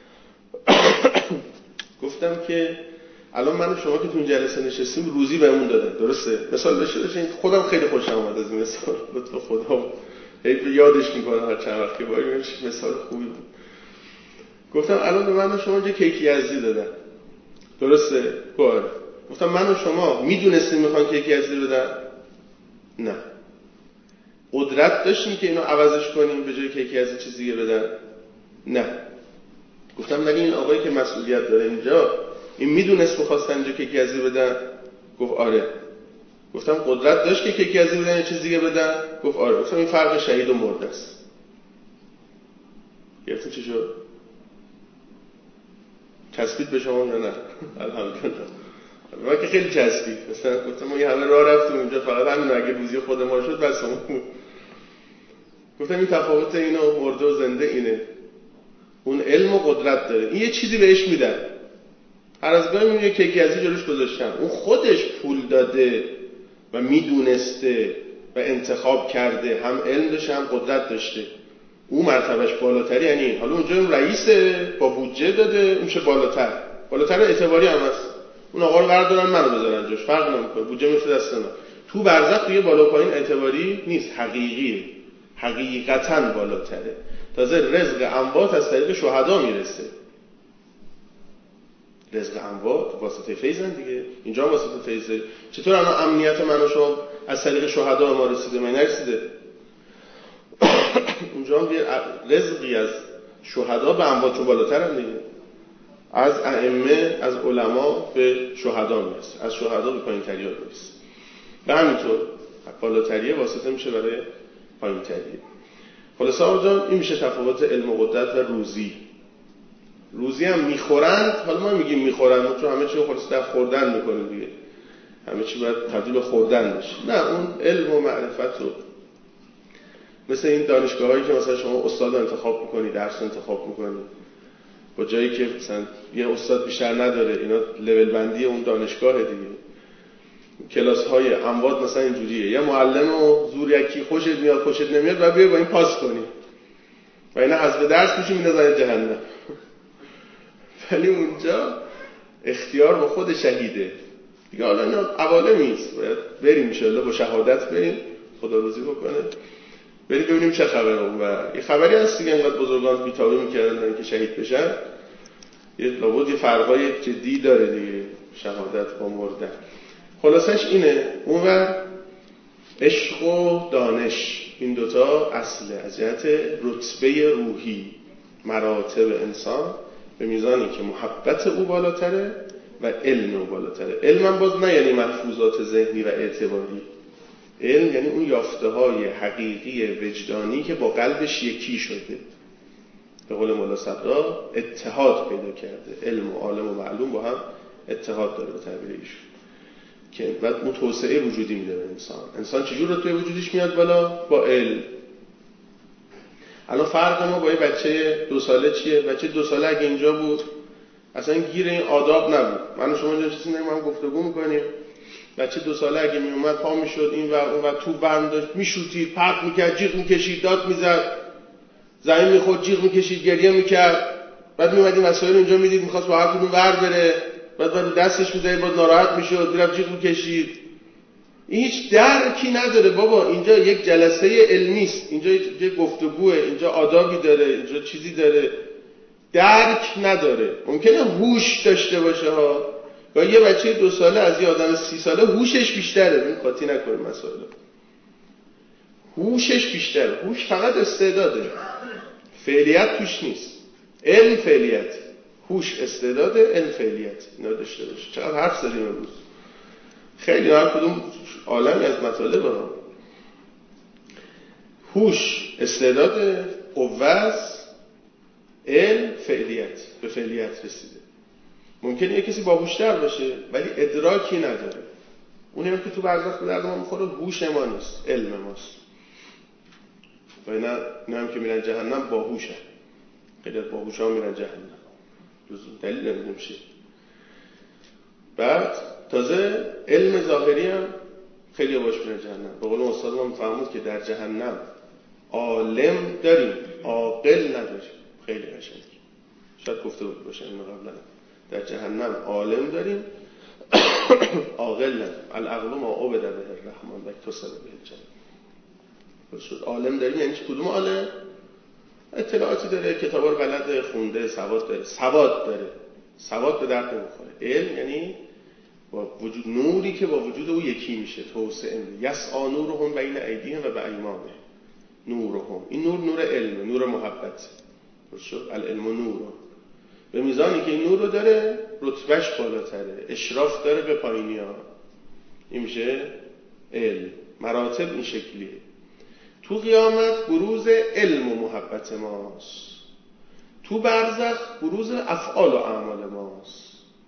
گفتم که الان من و شما که تو این جلسه نشستیم روزی بهمون دادن، درسته؟ مثال داشته باشین. خودم خیلی خوشم اومد از این مثال، لطف خدا هی یادش میکنه هر چند وقت که باید مثال خوبی بود. گفتم الان به من و شما یه کیکی ازدی دادن، درسته؟ باره. گفتم من و شما میدونستیم میخوان کیکی ازدی بدن؟ نه. قدرت داشتیم که اینو عوضش کنیم به جای کیکی ازدی چیزی دیگه بدن؟ نه. گفتم ولی این آقایی که مسئولیت داره اینجا این میدونست میخواستن اینجا کیک یزدی بدن؟ گفت آره. گفتم قدرت داشت که کیک یزدی بدن یه چیز دیگه بدن؟ گفت آره. گفتم این فرق شهید و مرده است. گفتم چی شد؟ چسبید به شما یا نه؟ الحمدلله. من که خیلی چسبید. مثلا گفتم ما یه همه راه رفتیم اونجا فقط همین اگه روزی خود ما شد بس اون. گفتم این تفاوت اینا مرده و زنده اینه. اون علم و قدرت داره. این یه چیزی بهش میدن. هر از گاهی میگه کیک یزدی جلوش گذاشتن. اون خودش پول داده و میدونسته و انتخاب کرده، هم علم داشته هم قدرت داشته. اون مرتبهش بالاتری یعنی این. حالا اونجا اون رئیسه با بودجه داده میشه بالاتر. بالاتر اعتباری هم هست. اون آقا رو بردارن منو بذارن جاش فرق نمیکنه. بودجه میفته دست من. تو برزخ توی بالا پایین اعتباری نیست، حقیقیه. حقیقتاً بالاتره. تازه رزق اموات از طریق شهدا میرسه. رزق اموات واسطه فیضن دیگه. اینجا هم واسطه فیضه. چطور الان امنیت من و شما از طریق شهدا ما رسیده؟ من نرسیده. اونجا هم رزقی از شهدا به اموات بالاتر هم دیگه. از ائمه، از علما به شهدا میرسه، از شهدا به پایین تریا میرسه. و همینطور بالاتریه واسطه میشه برای پایین تریه. خلاصه آقا این میشه تفاوت علم و قدرت و روزی. روزی هم میخورند. حالا ما میگیم میخورند چون همه چی رو خلاص در خوردن میکنه دیگه. همه چی باید تبدیل به خوردن بشه. نه، اون علم و معرفت رو مثل این دانشگاهایی که مثلا شما استاد انتخاب میکنی، درس انتخاب میکنی، با جایی که مثلا یه استاد بیشتر نداره، اینا لول بندی اون دانشگاه دیگه. کلاس های اموات مثلا اینجوریه، یه معلم و زور یکی خوشت میاد خوشت نمیاد و بیا با این پاس کنی و اینا حذف درس میشه میندازن جهنم. ولی اونجا اختیار با خود شهیده دیگه. حالا اینا عوالمی است، باید بریم ان شاءالله با شهادت بریم خدا روزی بکنه، بریم ببینیم چه خبره. و یه خبری هست دیگه، انقدر بزرگان بی‌تابی میکردن که شهید بشن. یه لابد یه فرقای جدی داره دیگه شهادت با مردن. خلاصش اینه. اونور عشق و دانش، این دوتا اصله از جهت رتبه روحی مراتب انسان به میزانی که محبت او بالاتره و علم او بالاتره. علم هم باز نه یعنی محفوظات ذهنی و اعتباری. علم یعنی اون یافته های حقیقی وجدانی که با قلبش یکی شده. به قول مولا صدرا اتحاد پیدا کرده. علم و عالم و معلوم با هم اتحاد داره به تعبیر ایشون که بعد متوسعه وجودی میده به انسان. انسان چجور رو توی وجودش میاد بالا؟ با علم. الان فرق ما با یه بچه دو ساله چیه؟ بچه دو ساله اگه اینجا بود اصلا گیر این آداب نبود. من و شما اینجا چیزی نمیم هم گفتگو میکنیم. بچه دو ساله اگه میومد پا میشد این و اون و تو برم داشت میشوتید، پرت میکرد، جیغ میکشید، داد میزد، زمین میخورد، جیغ میکشید، گریه میکرد. بعد میومدیم مسائل اینجا میدید میخواست با هر کدوم ور بره، بعد بعد دستش میذارید باز ناراحت میشد، میرفت جیغ میکشید. این هیچ درکی نداره بابا. اینجا یک جلسه علمی است، اینجا یک گفتگوه، اینجا آدابی داره، اینجا چیزی داره. درک نداره. ممکنه هوش داشته باشه ها. یا یه بچه دو ساله از یه آدم سی ساله هوشش بیشتره. این قاطی نکنیم مسائل. هوشش بیشتره. هوش فقط استعداده، فعلیت توش نیست. علم فعلیت، هوش استعداده، علم فعلیت. اینا داشته باشه. چقدر حرف زدیم امروز. خیلی هر کدوم عالمی از مطالب ها. هوش استعداد، قوت، علم فعلیت، به فعلیت رسیده. ممکنه یک کسی باهوشتر باشه ولی ادراکی نداره. اونی هم که تو برزخ به درد ما میخوره هوش ما نیست، علم ماست. و اینا هم که میرن جهنم باهوشن. خیلی از باهوشا میرن جهنم. دلیل نمیشه. بعد تازه علم ظاهری هم خیلی باش میرن جهنم. به قول استاد ما میفهمود که در جهنم عالم داریم، عاقل نداریم. خیلی قشنگ. شاید گفته بود باشه اینو قبلا. در جهنم عالم داریم، عاقل نداریم. العقل ما عبد به الرحمن و اکتسب به الجنه. شد عالم داریم یعنی کدوم عالم؟ اطلاعاتی داره، کتابا رو بلده، خونده، سواد داره. سواد داره. سواد به درد نمیخوره. علم یعنی با وجود نوری که با وجود او یکی میشه، توسعه میده. یسعا نورهم بین ایدیهم و بایمانهم. نورهم. این نور نور علم، نور محبت. شد العلم نور. به میزانی که این نور رو داره رتبهش بالاتره، اشراف داره به پایینی ها. این میشه علم. مراتب این شکلیه. تو قیامت بروز علم و محبت ماست، تو برزخ بروز افعال و اعمال ماست.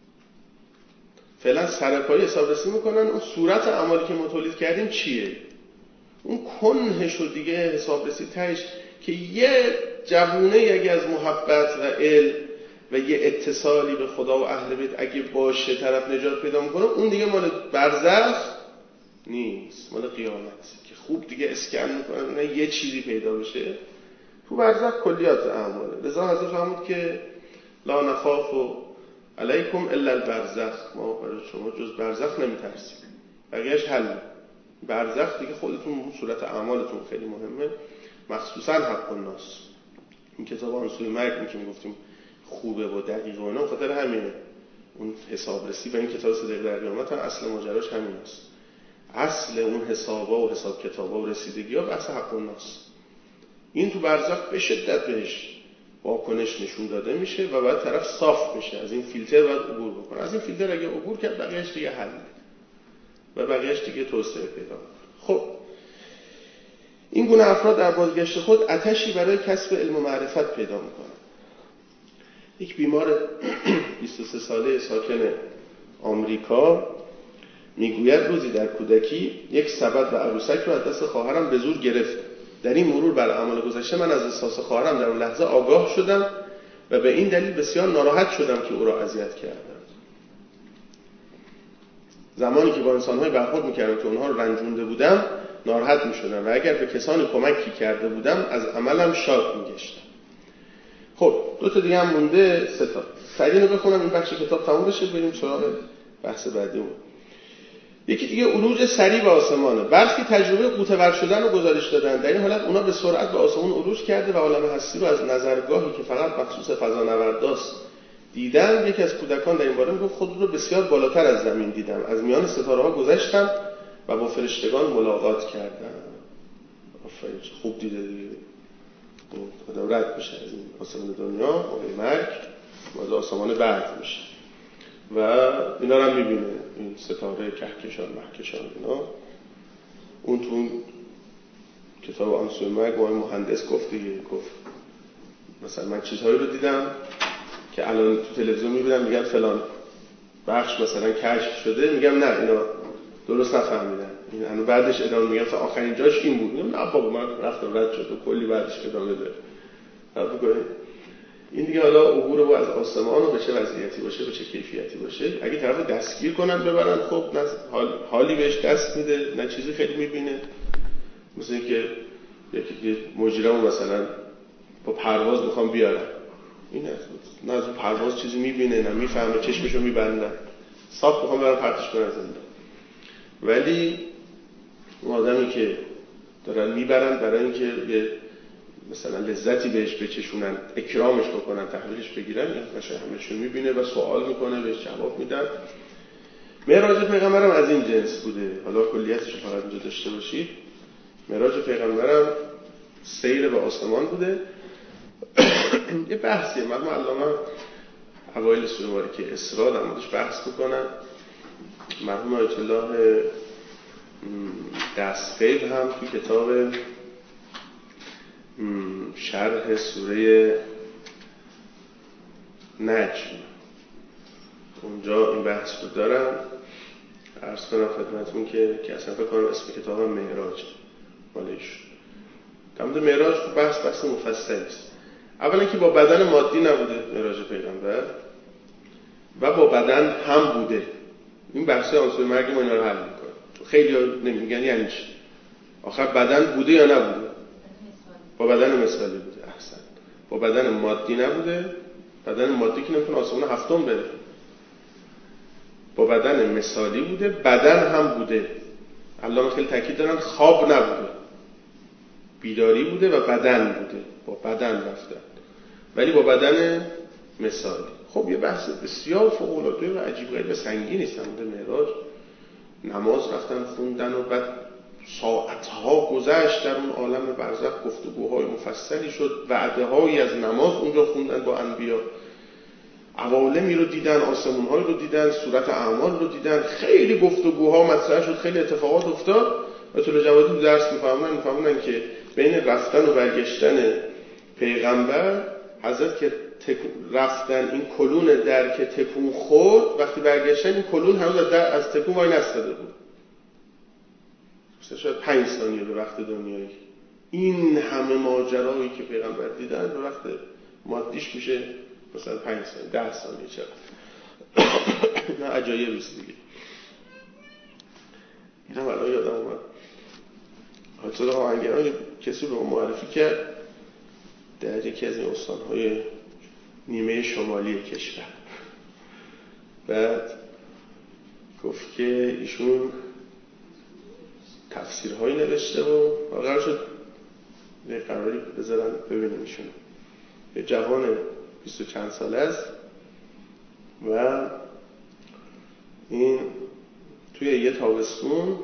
فعلا سرپایی حسابرسی میکنن اون صورت اعمالی که ما تولید کردیم چیه، اون کنهش رو دیگه حسابرسی تهش که یه جوونه اگه از محبت و علم و یه اتصالی به خدا و اهل بیت اگه باشه طرف نجات پیدا میکنه، اون دیگه مال برزخ نیست، مال قیامت که خوب دیگه اسکن میکنن نه یه چیزی پیدا بشه. تو برزخ کلیات اعماله. لذا حضرت فرمود که لا نخاف علیکم الا البرزخ، ما برای شما جز برزخ نمیترسیم، بقیه‌اش حل. برزخ دیگه خودتون اون صورت اعمالتون خیلی مهمه، مخصوصا حق الناس. این کتاب آنسوی مرگ که میگفتیم خوبه و دقیقه و اینا خاطر همینه. اون حسابرسی و این کتاب صدق در قیامت هم اصل ماجراش همین است. اصل اون حسابا و حساب کتابا و رسیدگی ها بحث حق الناس. این تو برزخ به شدت بهش واکنش نشون داده میشه و بعد طرف صاف بشه، از این فیلتر باید عبور بکنه. از این فیلتر اگه عبور کرد بقیه‌اش دیگه حل و بقیه‌اش دیگه توسعه پیدا کنه. خب این گونه افراد در بازگشت خود آتشی برای کسب علم و معرفت پیدا میکنن. یک بیمار بیست و سه ساله ساکن آمریکا میگوید روزی در کودکی یک سبد و عروسک رو از دست خواهرم به زور گرفت. در این مرور بر اعمال گذشته من از احساس خواهرم در اون لحظه آگاه شدم و به این دلیل بسیار ناراحت شدم که او را اذیت کردم. زمانی که با انسان‌های برخورد می‌کردم که اونها رو رنجونده بودم ناراحت می‌شدم و اگر به کسانی کمکی کرده بودم از عملم شاد می‌گشتم. خب دو تا دیگه هم مونده، سه تا. سریع اینو بخونم این بخش کتاب تموم بشه بریم سراغ بحث بعدیمون. یکی دیگه عروج سریع به آسمانه. برخی تجربه غوطه‌ور شدن رو گزارش دادن. در این حالت اونا به سرعت به آسمون عروج کرده و عالم هستی رو از نظرگاهی که فقط مخصوص فضانورداست دیدن. یکی از کودکان در این باره میگفت خود رو بسیار بالاتر از زمین دیدم. از میان ستاره‌ها گذشتم و با فرشتگان ملاقات کردم. آفرین خوب دیده دیگه. آدم رد میشه از این آسمان دنیا موقع مرگ وارد آسمان بعد میشه و اینا رو هم میبینه، این ستاره کهکشان مهکشان اینا. اون تو اون کتاب آنسوی مرگ با این مهندس گفت دیگه، گفت مثلا من چیزهایی رو دیدم که الان تو تلویزیون میبینم میگن فلان بخش مثلا کشف شده، میگم نه اینا درست نفهمیدن، این هنوز بعدش ادامه میگم تا آخرین جاش این بود. میگم نه بابا من رفتم رد شد و کلی بعدش ادامه داره. این دیگه حالا عبور رو از آسمان و به چه وضعیتی باشه به چه کیفیتی باشه. اگه طرف دستگیر کنن ببرن خب نه حال حالی بهش دست میده نه چیزی خیلی میبینه، مثل اینکه یکی مجرم مثلا با پرواز میخوام بیارن، این نه از پرواز چیزی میبینه نه میفهمه، چشمشو میبندن صاف میخوام برن پرتش کنن زنده. ولی اون آدمی که دارن میبرن برای اینکه یه مثلا لذتی بهش بچشونن، اکرامش بکنن، تحویلش بگیرن، این باشه همه‌شو میبینه و سوال میکنه بهش جواب میدن. معراج پیغمبرم از این جنس بوده. حالا کلیتش فقط اینجا داشته باشید. معراج پیغمبرم سیر به آسمان بوده. یه بحثیه مرحوم علامه اوایل سوره که اسراء در موردش بحث میکنن. مرحوم آیت الله دستقیل هم تو کتاب شرح سوره نجم اونجا این بحث رو دارن. عرض کنم خدمتون که که اصلا فکر کنم اسم کتاب هم معراج مالش. در مورد معراج بحث بحث مفصلی است. اولا که با بدن مادی نبوده معراج پیغمبر و با بدن هم بوده. این بحث آنسوی مرگ ما اینا رو حل میکنه. خیلی نمیگن یعنی چی؟ آخر بدن بوده یا نبوده؟ با بدن مثالی بوده. احسن. با بدن مادی نبوده. بدن مادی که نمیتونه آسمان هفتم بره. با بدن مثالی بوده، بدن هم بوده. علامه خیلی تاکید دارن خواب نبوده، بیداری بوده و بدن بوده، با بدن رفتن ولی با بدن مثالی. خب یه بحث بسیار فوق‌العاده و عجیب غریب و سنگینی است در معراج. نماز رفتن خوندن و بعد ساعتها گذشت در اون عالم برزخ، گفتگوهای مفصلی شد، وعده‌هایی از نماز اونجا خوندن با انبیا. عوالمی رو دیدن، آسمون‌هایی رو دیدن، صورت اعمال رو دیدن، خیلی گفتگوها مطرح شد، خیلی اتفاقات افتاد. آیت الله جوادی درس می‌فرمونن می‌فرمونن که بین رفتن و برگشتن پیغمبر، حضرت که رفتن این کلون در که تکون خورد، وقتی برگشتن این کلون هنوز از در از تکون وای نستاده بود. مثلا شاید پنج ثانیه به وقت دنیایی. این همه ماجرایی که پیغمبر دیدن به وقت مادیش میشه مثلا پنج ثانیه، ده ثانیه چقدر. نه عجایب است دیگه. اینم الان یادم اومد. حاج صادق آهنگران کسی به معرفی کرد در یکی از این استان‌های نیمه شمالی کشور. بعد گفت که ایشون تفسیرهایی نوشته و قرار شد یه قراری بذارن ببینیم ایشون. یه جوان بیست و چند ساله است و این توی یه تابستون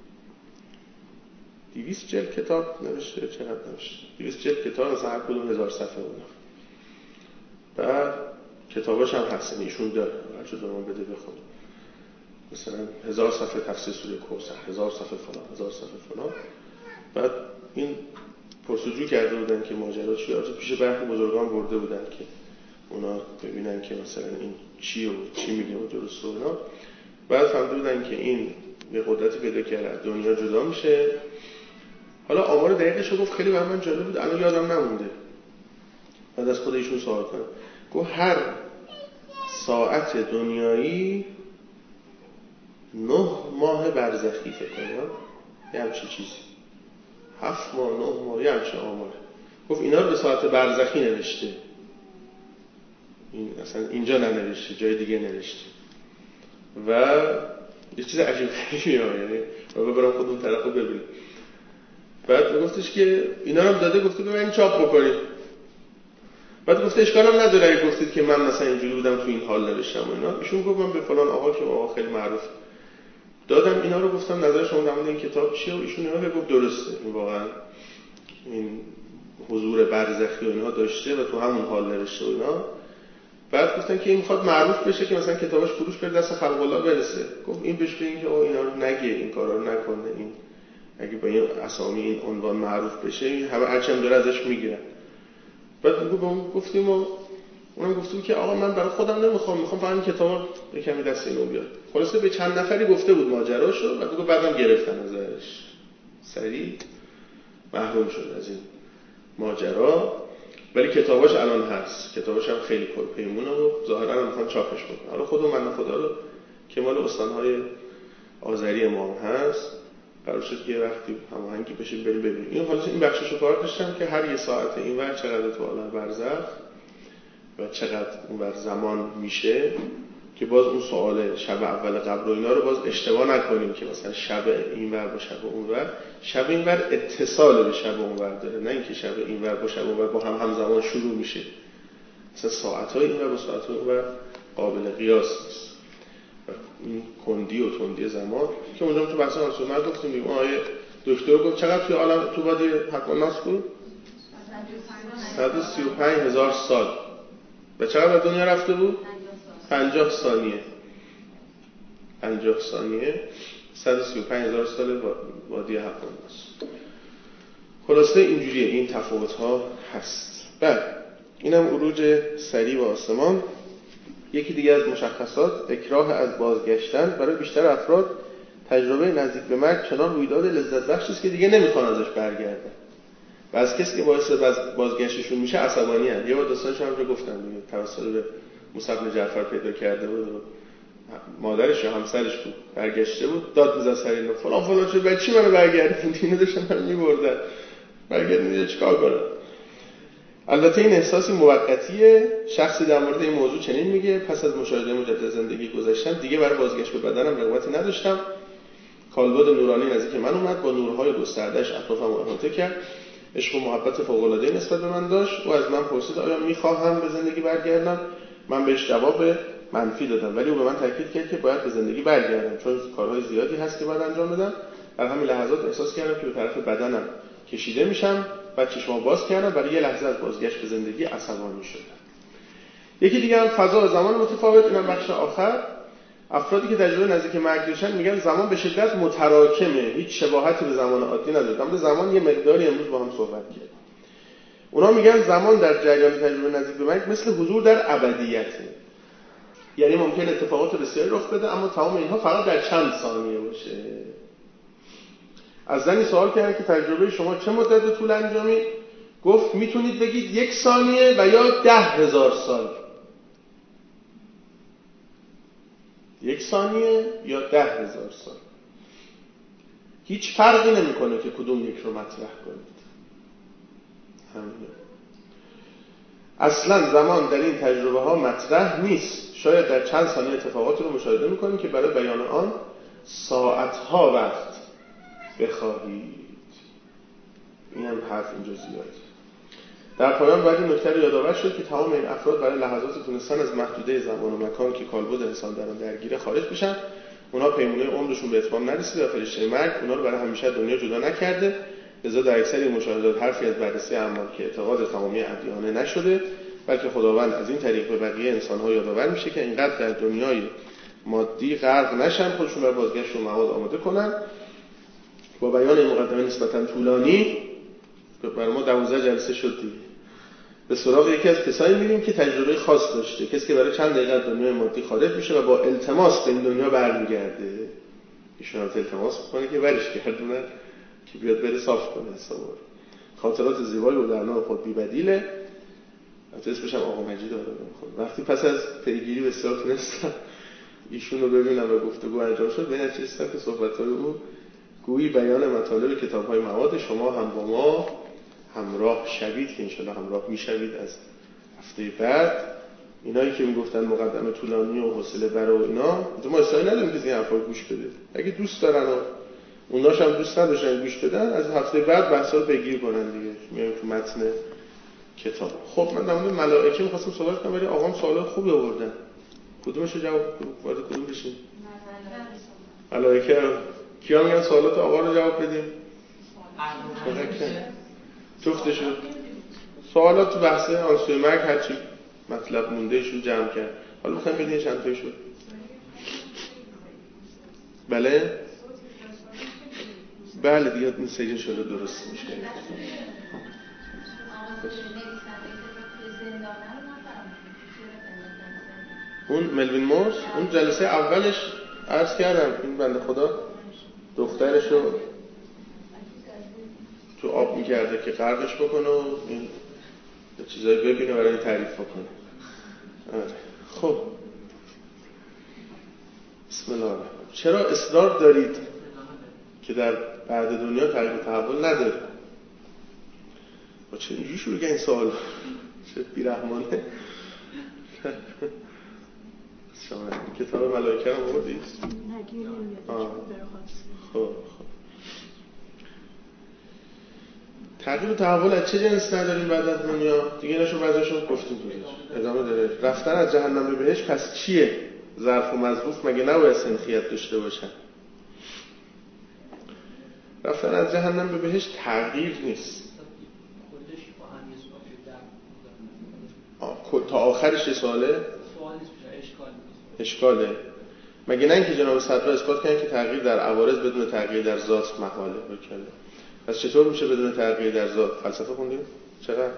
دویست جلد کتاب نوشته. چقدر نوشته؟ دویست جلد کتاب، مثلا هر کدوم هزار صفحه اونا. بعد کتاباش هم هست، ایشون داره، هر چه دومان بده بخون. مثلا هزار صفحه تفسیر سوره کوثر، هزار صفحه فلان، هزار صفحه فلان. بعد این پرسجو کرده بودن که ماجرا چیه، پیش برخی بزرگان برده بودن که اونا ببینن که مثلا این چیه و چی میگه و درست و اینا. بعد فهمیده بودن که این به قدرتی پیدا کرده از دنیا جدا میشه. حالا آمار دقیقش رو گفت، خیلی برای من جالب بود، الان یادم نمونده. بعد از خود ایشون سوال کنم، گفت هر ساعت دنیایی نه ماه برزخی فکر کنم، یه همچین چیزی، هفت ماه نه ماه یه همچین آماره. گفت اینا رو به ساعت برزخی نوشته، این اصلا اینجا ننوشته، جای دیگه نوشته. و یه چیز عجیب غریبیه، یعنی بابا برام خودمون طرف رو ببینیم. بعد گفتش که اینا رو داده، گفته ببین چاپ بکنید. بعد گفته اشکال هم نداره اگه گفتید که من مثلا اینجوری بودم تو این حال نوشتم و اینا. ایشون گفت من به فلان آقا که آقا خیلی معروف دادم اینا رو، گفتم نظر شما در مورد این کتاب چیه و ایشون اینا گفت درسته، این واقعا این حضور برزخی و اینا داشته و تو همون حال نوشته و اینا. بعد گفتن که این میخواد معروف بشه که مثلا کتابش فروش بره دست خلق الله برسه. گفت این بهش بگین که آقا اینا رو نگه، این کارا رو نکنه، این اگه با این اسامی این عنوان معروف بشه این همه هرچند داره ازش میگیرن. بعد گفت اون گفتیم و اونم گفتیم که آقا من برای خودم نمیخوام، میخوام فقط این کتابا یه کمی دست اینو بیاد. خلاصه به چند نفری گفته بود ماجراشو، بعد گفت بعدم گرفتن ازش، سریع محروم شد از این ماجرا. ولی کتاباش الان هست، کتاباش هم خیلی پرپیمونه و ظاهرا هم میخوان چاپش بکنن. حالا خودم من خدا رو که مال استان‌های آذری ما هم هست، قرار شد یه وقتی هماهنگی بشه بریم ببینیم. این حالا این بخششو کار داشتم که هر یه ساعت اینور چقدر تو عالم برزخ و چقدر اونور زمان میشه، که باز اون سوال شب اول قبر و اینا رو باز اشتباه نکنیم که مثلا شب اینور با شب اونور. شب اینور اتصال به شب اونور داره، نه اینکه شب اینور با شب اونور با هم همزمان شروع میشه. مثلا ساعت‌های اینور با ساعت‌های اونور قابل قیاس نیست. این کندی و تندی زمان که اونجا تو بحث آسمان گفتیم، میگم آیه دکتر گفت چقدر توی عالم تو وادی حق الناس بود؟ صد و سی و پنج هزار سال. و چقدر به دنیا رفته بود؟ پنجاه ثانیه. پنجاه ثانیه صد و سی و پنج هزار سال وادی حق الناس. خلاصه اینجوریه، این تفاوت‌ها هست. بعد اینم عروج سریع به آسمان. یکی دیگه از مشخصات اکراه از بازگشتن. برای بیشتر افراد تجربه نزدیک به مرگ چنان رویداد لذت بخشی است که دیگه نمیخوان ازش برگردن. و از کسی که باعث بازگشتشون میشه عصبانی هست. یه بار داستانش هم رو گفتم دیگه، توسل به موسی بن جعفر پیدا کرده بود و مادرش و همسرش بود، برگشته بود، داد میزد سر اینو فلان فلان شد، بعد چی منو برگردوندی؟ اینو داشتن منو میبردن، برگردوندی چیکار کنم؟ البته این احساسی موقتیه. شخصی در مورد این موضوع چنین میگه: پس از مشاهده مجدد زندگی گذشتم دیگه برای بازگشت به بدنم رغبتی نداشتم. کالبد نورانی نزدیک من اومد، با نورهای گسترده‌اش اطرافم رو احاطه کرد. عشق و محبت فوق‌العاده‌ای نسبت به من داشت. او از من پرسید آیا می‌خواهم به زندگی برگردم؟ من بهش جواب منفی دادم، ولی او به من تاکید کرد که باید به زندگی برگردم چون کارهای زیادی هست که باید انجام بدم. در همین لحظات احساس کردم که به طرف بدنم کشیده میشم. بعد چشمام باز کردم، برای یه لحظه از بازگشت به زندگی عصبانی شدم. یکی دیگه هم فضا و زمان متفاوت. اینم بخش آخر. افرادی که تجربه نزدیک مرگ داشتن میگن زمان به شدت متراکمه، هیچ شباهتی به زمان عادی نداره. اما زمان یه مقداری امروز با هم صحبت کرد. اونا میگن زمان در جریان تجربه نزدیک به مرگ مثل حضور در ابدیته. یعنی ممکن اتفاقات بسیاری رخ بده اما تمام اینها فقط در چند ثانیه باشه. از زنی سوال کردن که تجربه شما چه مدت به طول انجامید؟ گفت میتونید بگید یک ثانیه و یا ده هزار سال. یک ثانیه یا ده هزار سال. هیچ فرقی نمیکنه که کدوم یک رو مطرح کنید. همینه. اصلا زمان در این تجربه ها مطرح نیست. شاید در چند ثانیه اتفاقاتی رو مشاهده میکنید که برای بیان آن ساعتها وقت بخواهید. این هم حرف اینجا زیاده. در پایان باید این نکته رو یادآور شد که تمام این افراد برای لحظات تونستن از محدوده زمان و مکان که کالبد انسان در آن درگیره خارج بشن. اونا پیمونه عمرشون به اتمام نرسیده و فرشته مرگ اونا رو برای همیشه دنیا جدا نکرده. لذا در اکثر مشاهدات حرفی از بررسی اعمال که اعتقاد تمامی ادیانه نشده، بلکه خداوند از این طریق به بقیه انسان‌ها یادآور میشه که اینقدر در دنیای مادی غرق نشن، خودشون برای بازگشت و معاد آماده کنن. با بیان این مقدمه نسبتاً طولانی که برای ما دوازده جلسه شد دیگه، به سراغ یکی از کسایی میریم که تجربه خاص داشته، کسی که برای چند دقیقه از دنیای مادی خارج میشه و با التماس به این دنیا برمیگرده. ایشون هم التماس میکنه که برش گردونن که بیاد بره صاف کنه حسابو. خاطرات زیبایی و در نوع خود بی‌بدیله. البته اسمش هم آقا مجید داره. وقتی پس از پیگیری بسیار تونستم ایشون رو ببینم و گفتگو انجام شد، به نتیجه رسیدم که صحبت‌های او گویی بیان مطالب کتاب‌های مواد شما هم با ما همراه شوید که انشالله همراه میشوید از هفته بعد. اینایی که میگفتن مقدمه طولانی و حوصله بر و اینا، ما اصلا نداریم که این حرفا گوش بده. اگه دوست دارن و اوناش هم دوست نداشتن گوش بدن، از هفته بعد بحثا رو پیگیری کنن دیگه. میایم تو متن کتاب. خب من در مورد ملائکه می‌خواستم صحبت کنم ولی آقام سوال خوبی آوردن. کدومش رو جواب وارد کدوم بشیم؟ ملائکه رو کیا میگن سوالات آقا رو جواب بدیم؟ جفتشو. سوالات تو بحث آنسوی مرگ هرچی مطلب مونده ایشون جمع کرد. حالا میخوایم بدین چند تایی شد. بله؟ بله دیگه این سیجن شده درست میشه. اون ملوین مورس اون جلسه اولش عرض کردم این بنده خدا دخترشو تو آب میکرده که غرقش بکنه و این چیزایی ببینه برای این تعریف بکنه. آره. خب بسم الله الرحمن الرحیم. چرا اصرار دارید که در بعد دنیا تغییر و تحول نداره؟ با چه اینجوری شروع که این سوال چه بیرحمانه. شما کتاب ملائکه رو آوردید؟ نگیر نمیاد. خب خب تغییر و تحول از چه جنس نداریم بعد از دنیا؟ دیگه نشون بعضیشون گفتیم دیگه. ادامه داره. رفتن از جهنم به بهشت پس چیه؟ ظرف و مظروف مگه نباید سنخیت داشته باشن؟ رفتن از جهنم به بهشت تغییر نیست. تا آخرش سواله؟ اشکاله. مگه نه اینکه جناب صدرا اثبات کردن که تغییر در عوارض بدون تغییر در ذات محاله بکنه. پس چطور میشه بدون تغییر در ذات؟ فلسفه خوندیم؟ چقدر؟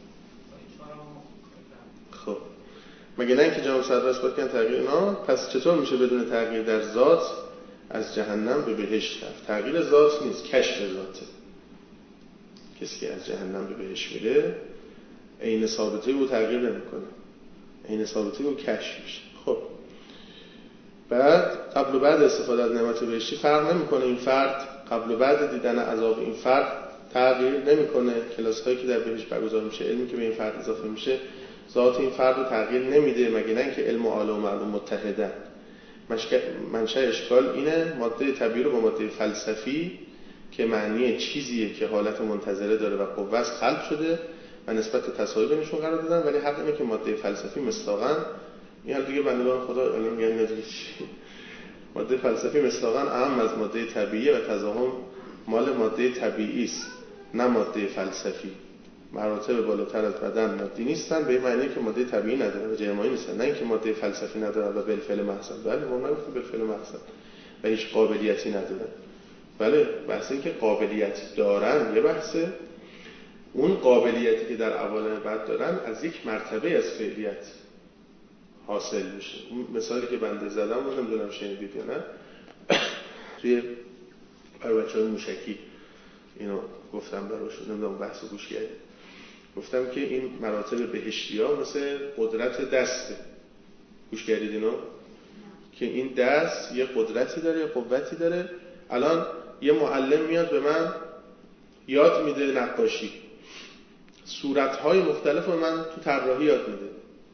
خب مگه نه اینکه جناب صدرا اثبات کردن تغییر اینا، پس چطور میشه بدون تغییر در ذات از جهنم به بهشت رفت؟ تغییر ذات نیست، کشف ذاته. کسی که از جهنم به بهشت میره عین ثابته او تغییر نمیکنه، عین ثابته او کشف میشه. خب بعد قبل و بعد استفاده از نعمت بهشتی فرق نمیکنه. این فرد قبل و بعد دیدن عذاب این فرد تغییر نمیکنه. کلاس هایی که در بهشت برگزار میشه، علمی که به این فرد اضافه میشه ذات این فرد رو تغییر نمیده، مگه نه اینکه علم و عالم و معلوم متحدن. منشأ اشکال اینه ماده طبیعی رو با ماده فلسفی که معنی چیزیه که حالت منتظره داره و قوت خلق شده و نسبت تساوی بینشون قرار دادن، ولی حق اینه که ماده فلسفی مصداقاً این حال دیگه بندگان خدا الان میگن ندیگه ماده فلسفی مصداقاً اهم از ماده طبیعیه و تضاهم مال ماده طبیعی است نه ماده فلسفی. مراتب بالاتر از بدن مادی نیستن، به این معنی که ماده طبیعی ندارن و جرمایی نیستن، نه اینکه ماده فلسفی ندارن و بالفعل محضن. بله ما نگفتیم بالفعل محضن و هیچ قابلیتی ندارن. بله بحث این که قابلیت دارن یه بحثه، اون قابلیتی که در عوالم بعد دارن از یک مرتبه از فعلیت حاصل میشه. اون مثالی که بنده زدم رو نمیدونم شنیدید یا نه، توی برای بچه‌های موشکی اینو گفتم براشون، نمیدونم بحثو گوش کردید، گفتم که این مراتب بهشتی‌ها مثل قدرت دسته. گوش کردید اینو؟ که این دست یه قدرتی داره، یه قوتی داره. الان یه معلم میاد به من یاد میده نقاشی، صورت‌های مختلف رو من تو طراحی یاد میده.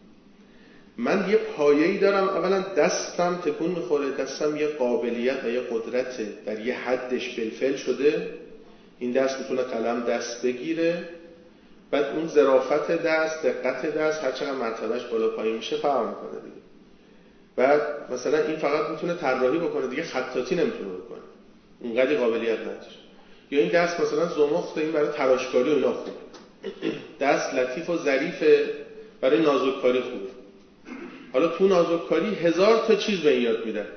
من یه پایه‌ای دارم، اولا دستم تکون میخوره، دستم یه قابلیت و یه قدرت در یه حدش بالفعل شده، این دست میتونه قلم دست بگیره، بعد اون ظرافت دست، دقت دست هر چقدر مرتبهش بالا پایین میشه فرق میکنه دیگه. بعد مثلا این فقط میتونه طراحی بکنه دیگه، خطاطی نمیتونه بکنه، اونقدر قابلیت نداره. یا این دست مثلا زمخت، این برای تراشکاری و اینا خوبه، دست لطیف و ظریفه برای نازککاری خوبه. حالا تو نازککاری هزار تا چیز به این یاد میدن،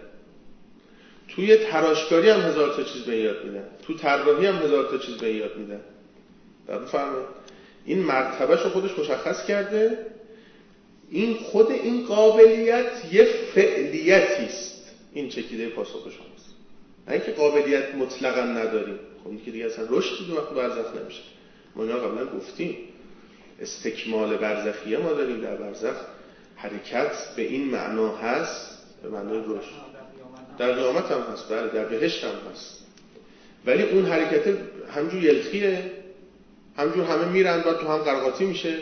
توی تراشکاری هم هزار تا چیز به این یاد میدن، تو طراحی هم هزار تا چیز به این یاد میدن. بفرمایید این مرتبهش رو خودش مشخص کرده. این خود این قابلیت یه فعلیتی است. این چکیده پاسخ شماست. نه اینکه قابلیت مطلقاً نداریم، خب این که دیگه اصلا رشد دو وقت برزخ نمیشه. ما اینا قبلا گفتیم استکمال برزخیه ما داریم در برزخ، حرکت به این معنا هست، به معنای رشد. در قیامت هم هست، بله در بهشت هم هست. ولی اون حرکت همجور یلخیه، همجور همه میرن بعد تو هم قرقاتی میشه.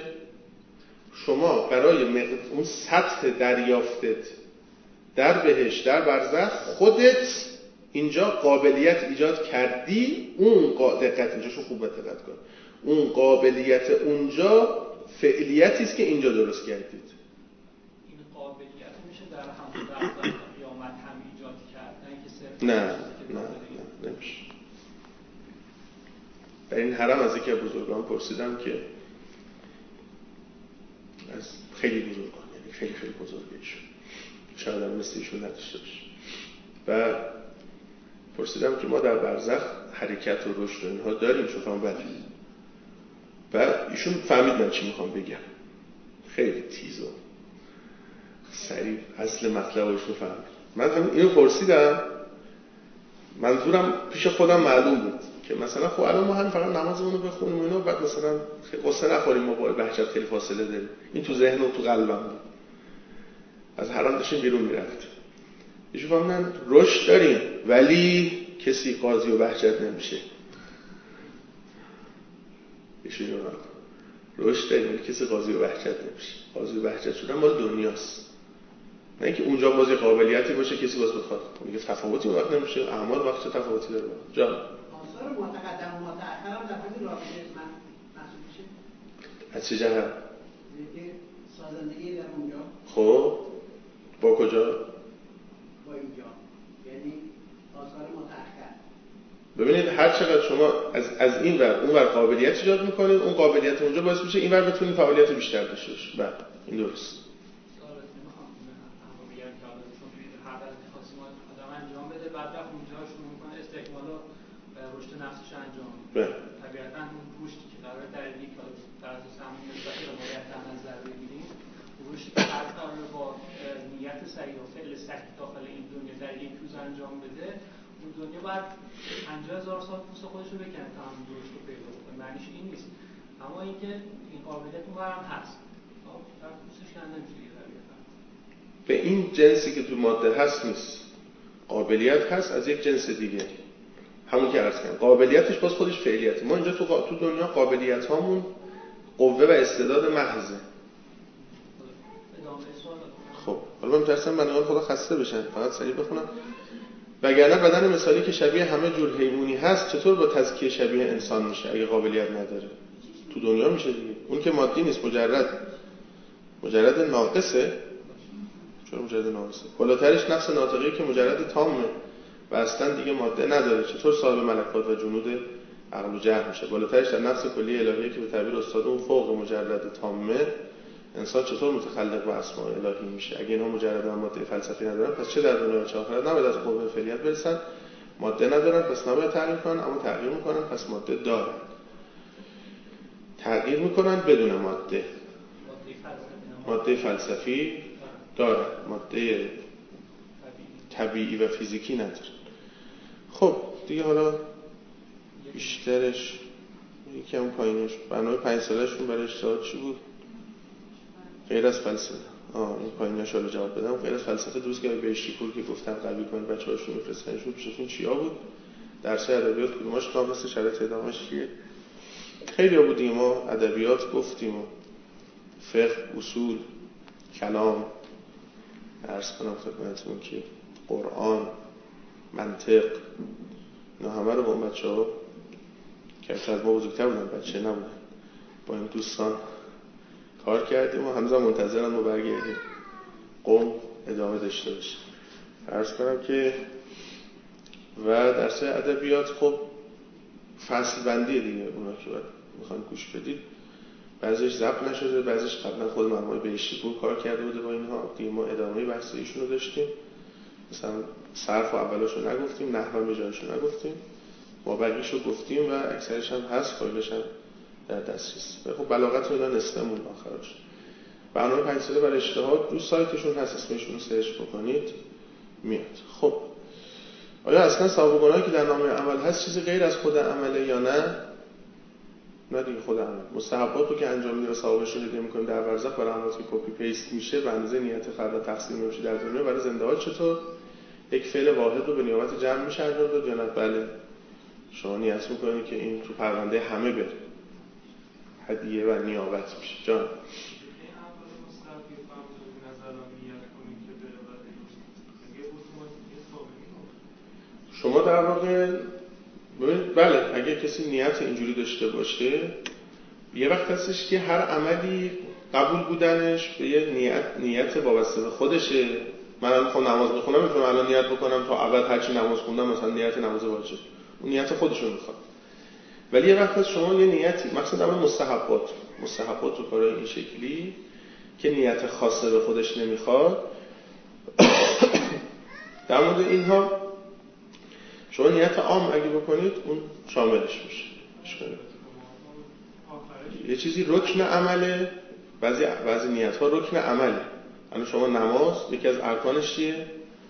شما برای مقد... اون سطح دریافتت در بهشت در برزخ خودت اینجا قابلیت ایجاد کردی. اون قا... دقت اینجاشو خوب دقت کن، اون قابلیت اونجا فعلیتی است که اینجا درست کردید. این قابلیت میشه در همون برزخ قیامت هم ایجاد کرد، نه که صرف نه نه نه نمیشه. در این حرم از یکی از بزرگان پرسیدم که از خیلی بزرگان، یعنی خیلی خیلی بزرگه ایشون، شاید هم مثل ایشون نداشته باشه، و پرسیدم که ما در برزخ حرکت و رشد و اینها داریم؟ شوفم بله. و ایشون فهمید من چی میخوام بگم، خیلی تیز و سریع اصل مطلبش رو فهمید. من اینو پرسیدم، منظورم پیش خودم معلوم بود که مثلا خب الان ما هم فقط نمازمون رو بخونیم اینا، بعد مثلا قصه نخوریم ما با بهجت خیلی فاصله داریم. این تو ذهن و تو قلبم بود. از حرام داشتیم بیرون میرفتیم. ایشون فهمیدن رشد داریم ولی کسی قاضی و بهجت نمیشه. ایشون رشد داریم ولی کسی قاضی و بهجت نمیشه. قاضی و بهجت شدن مال دنیاست. نه اینکه اونجا باز یه قابلیتی باشه کسی باز بخواد. میگه تفاوتی وقت نمیشه، اعمال وقت چه تفاوتی داره. جان آثار متقدم و متأخر هم در حد رابطه من محسوب میشه. از چه جهت؟ یعنی سازندگی در اونجا. خب با کجا؟ با اینجا. یعنی آثار متأخر. ببینید هر چقدر شما از از این ور اون ور قابلیت ایجاد میکنید، اون قابلیت اونجا باعث میشه این ور بتونید فعالیت بیشتر داشته باشید. بله این درست. بعد رفت اونجا شروع میکنه استکمال و رشد نفسش انجام میده. طبیعتاً اون رشدی که قرار در یک بر اساس همون نسبت روایت در نظر بگیریم، رشدی که هر قرار با نیت صحیح و فعل صحیح داخل این دنیا در یک روز انجام بده، اون دنیا باید پنجاه هزار سال پوست خودش رو بکنه تا همون رشد رو پیدا کنه. معنیش این نیست، اما اینکه این قابلیت اونورم هست، خب در پوستش کنده نمیشه طبیعتاً. به این جنسی که تو ماده هست نیست. قابلیت هست از یک جنس دیگه، همون که عرض کردم قابلیتش باز خودش فعلیته. ما اینجا تو تو دنیا قابلیت هامون قوه و استعداد محضه. خب حالا من می‌ترسم بندگان خدا خسته بشن، فقط سریع بخونم. وگرنه بدن مثالی که شبیه همه جور حیوانی هست چطور با تزکیه شبیه انسان میشه اگه قابلیت نداره؟ تو دنیا میشه دیگه. اون که مادی نیست، مجرد مجرد ناقصه. چون مجرد ناقصه. بالاترش نفس ناطقی که مجرد تامه و اصلا دیگه ماده نداره. چطور صاحب ملکات و جنود عقل و جهل میشه. بالاترش در نفس کلی الهیه که به تعبیر استادمون فوق مجرد تامه، انسان چطور متخلق با اسماء الهی میشه؟ اگه اینها مجرد ماده فلسفی ندارن پس چه در دنیا چه آخرت نباید از قوه فعلیت برسن. ماده ندارن پس نباید تغییر کنن، اما تغییر میکنن پس ماده دارن. تغییر میکنن بدون ماده. ماده فلسفی دارن، ماده طبیعی و فیزیکی ندارن. خب دیگه حالا بیشترش یکم پایینش برنامه پنج سالشون برای اجتهاد چی بود؟ غیر از فلسفه. آه این پایینش رو جواب بدم. غیر از فلسفه دوست که بهشتی پور که گفتم قوی کنید بچه‌هاشون میفرستنشون پیششون چیا بود؟ درس ادبیات کدوماش ناقص شرایط ادامهش چیه؟ خیلی بودیم ما ادبیات گفتیم و فقه، اصول، کلام، عرض کنم خدمتتون که قرآن، منطق، اینا همه رو با اون بچه‌ها که از ما بزرگتر بودن، بچه نبودن، با این دوستان کار کردیم و همزمان منتظرم ما برگردیم قم ادامه داشته باشه. عرض کنم که و درس ادبیات خب فصل بندیه دیگه، اونا که باید میخوان گوش بدید. بعضیش ضبط نشده، بعضیش قبلا خود مرحوم بهشتی پور کار کرده بوده با اینها دیگه. ما ادامه بحث ایشون رو داشتیم، مثلا صرف و اولاشو نگفتیم، نحو هم جایشو نگفتیم، ما بقیه‌شو گفتیم و اکثرش هم هست، فایلش هم در دسترس. خب بلاغت اینا نصفمون آخرش. برنامه پنج ساله برای اجتهاد رو سایتشون هست، اسمشون رو سرچ بکنید میاد. خب آیا اصلا ثواب و گناهی که در نامه عمل هست چیزی غیر از خود عمله یا نه؟ نه دیگه خود عمل. مستحبات رو که انجام میدیم و ثوابش رو دیده می‌کنیم در برزخ، برای عملاتی که کپی پیست میشه به اندازه نیت فردا تقسیم میشه در دنیا. برای زنده ها چطور؟ یک فعل واحد رو به نیابت جمع میشه انجام داد یا نه؟ بله. شما نیت می‌کنید که این تو پرونده همه بره، هدیه و نیابت میشه. جان شما در واقع ببینید بله، اگه کسی نیت اینجوری داشته باشه، یه وقت هستش که هر عملی قبول بودنش به یه نیت نیت وابسته به خودشه. من الان میخوام نماز بخونم، میتونم الان نیت بکنم تا ابد هرچی نماز خوندم مثلا نیت نماز واجب، اون نیت خودشون میخواد. ولی یه وقت هست شما یه نیتی، مثلا در مستحبات مستحبات و کارهای این شکلی که نیت خاصه به خودش نمیخواد، در مورد اینها شما نیت عام اگه بکنید اون شاملش میشه. یه چیزی رکن عمله، بعضی بعضی نیت‌ها رکن عمله. الان شما نماز یکی از ارکانش چیه؟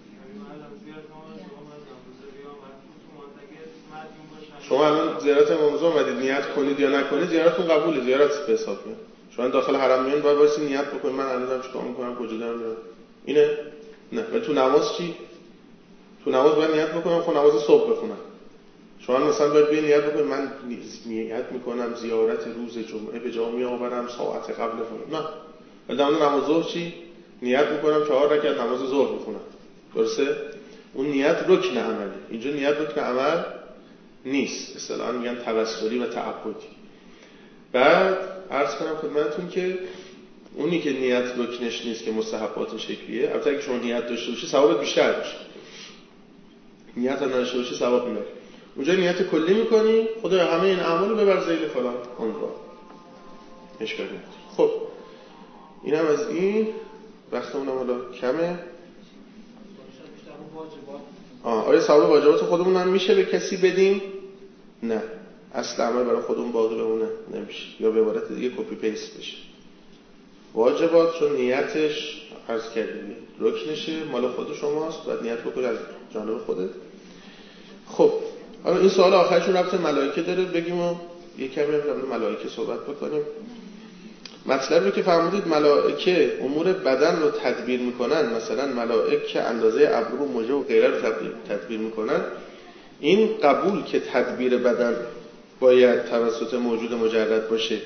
شما الان زیارت امام رضا اومدید نیت کنید یا نکنید زیارتتون قبوله، زیارت به حساب میاد. شما داخل حرم میان باید واسه نیت بکنید من الان دارم چیکار میکنم کجا دارم میرم، اینه؟ نه. ولی تو نماز چی؟ تو نماز باید نیت بکنم خب نماز صبح بخونم. شما مثلا باید به نیت بکنید من نیت میکنم زیارت روز جمعه به جا میآورم ساعت قبل فلان. نه. ولی در نماز ظهر چی؟ نیت میکنم چهار رکعت نماز ظهر بخونم. درسته؟ اون نیت رکن عملی. اینجا نیت رکن عمل نیست، اصطلاحاً میگن توسلی و تعبدی. بعد عرض کنم خدمتتون که اونی که نیت رکنش نیست که مستحبات شکلیه، البته اگه شما نیت داشته باشی ثوابت بیشتر میشه. نیت نداشته باشی ثواب میبری. اونجا نیت کلی میکنی خدا همه این اعمال رو ببر زیر فلان عنوان. اشکالی نداره. خب اینم از این. وقتمون هم حالا کمه. آه آیا ثواب واجبات خودمون هم میشه به کسی بدیم؟ نه. اصل عمل برای خودمون باقی بمونه نمیشه، یا به عبارت دیگه کپی پیست بشه. واجبات چون نیتش عرض کردیم رکنشه مال خود شماست، باید نیت بکنی از جانب خودت. خب حالا این سوال آخرشون ربط ملائکه داره، بگیم و یک کمی هم در ملائکه صحبت بکنیم. مطلبی که فرمودید ملائکه امور بدن رو تدبیر میکنن، مثلا ملائکه که اندازه ابرو و مژه و غیره رو تدبیر, تدبیر میکنن، این قبول که تدبیر بدن باید توسط موجود مجرد باشه،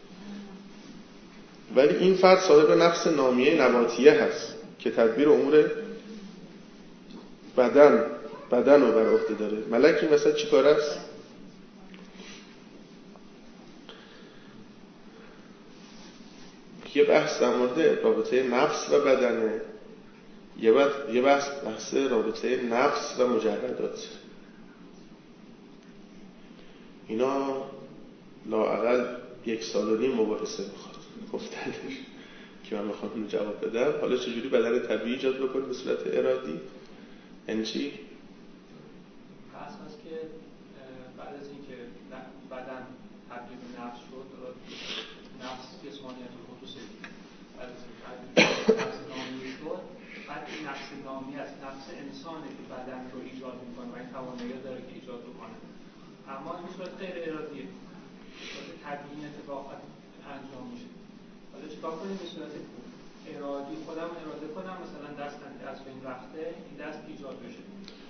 ولی این فرد صاحب نفس نامیه نباتیه هست که تدبیر امور بدن بدن رو بر عهده داره. ملک این وسط چی کار است؟ یه بحث در مورد رابطه نفس و بدنه، یه بحث یه بحث بحث رابطه نفس و مجردات. اینا لااقل یک سال و نیم مباحثه میخواد گفتنش که من میخوام اینو جواب بدم. حالا چجوری بدن طبیعی ایجاد بکنه به صورت ارادی؟ یعنی چی؟ پس هست که بعد از اینکه بدن تبدیل به نفس شد، نفس جسمانیت و خصوص بعد از اینکه نفس نامی شد، بعد این نفس نامی از نفس انسانه که بدن رو ایجاد میکنه و این توانایی داره که ایجاد بکنه، اما این صورت غیر ارادیه، صورت طبیعی اتفاقات انجام میشه. حالا چیکار کنیم به صورت ارادی خودم اراده کنم مثلا دست از بین رفته این دست ایجاد بشه؟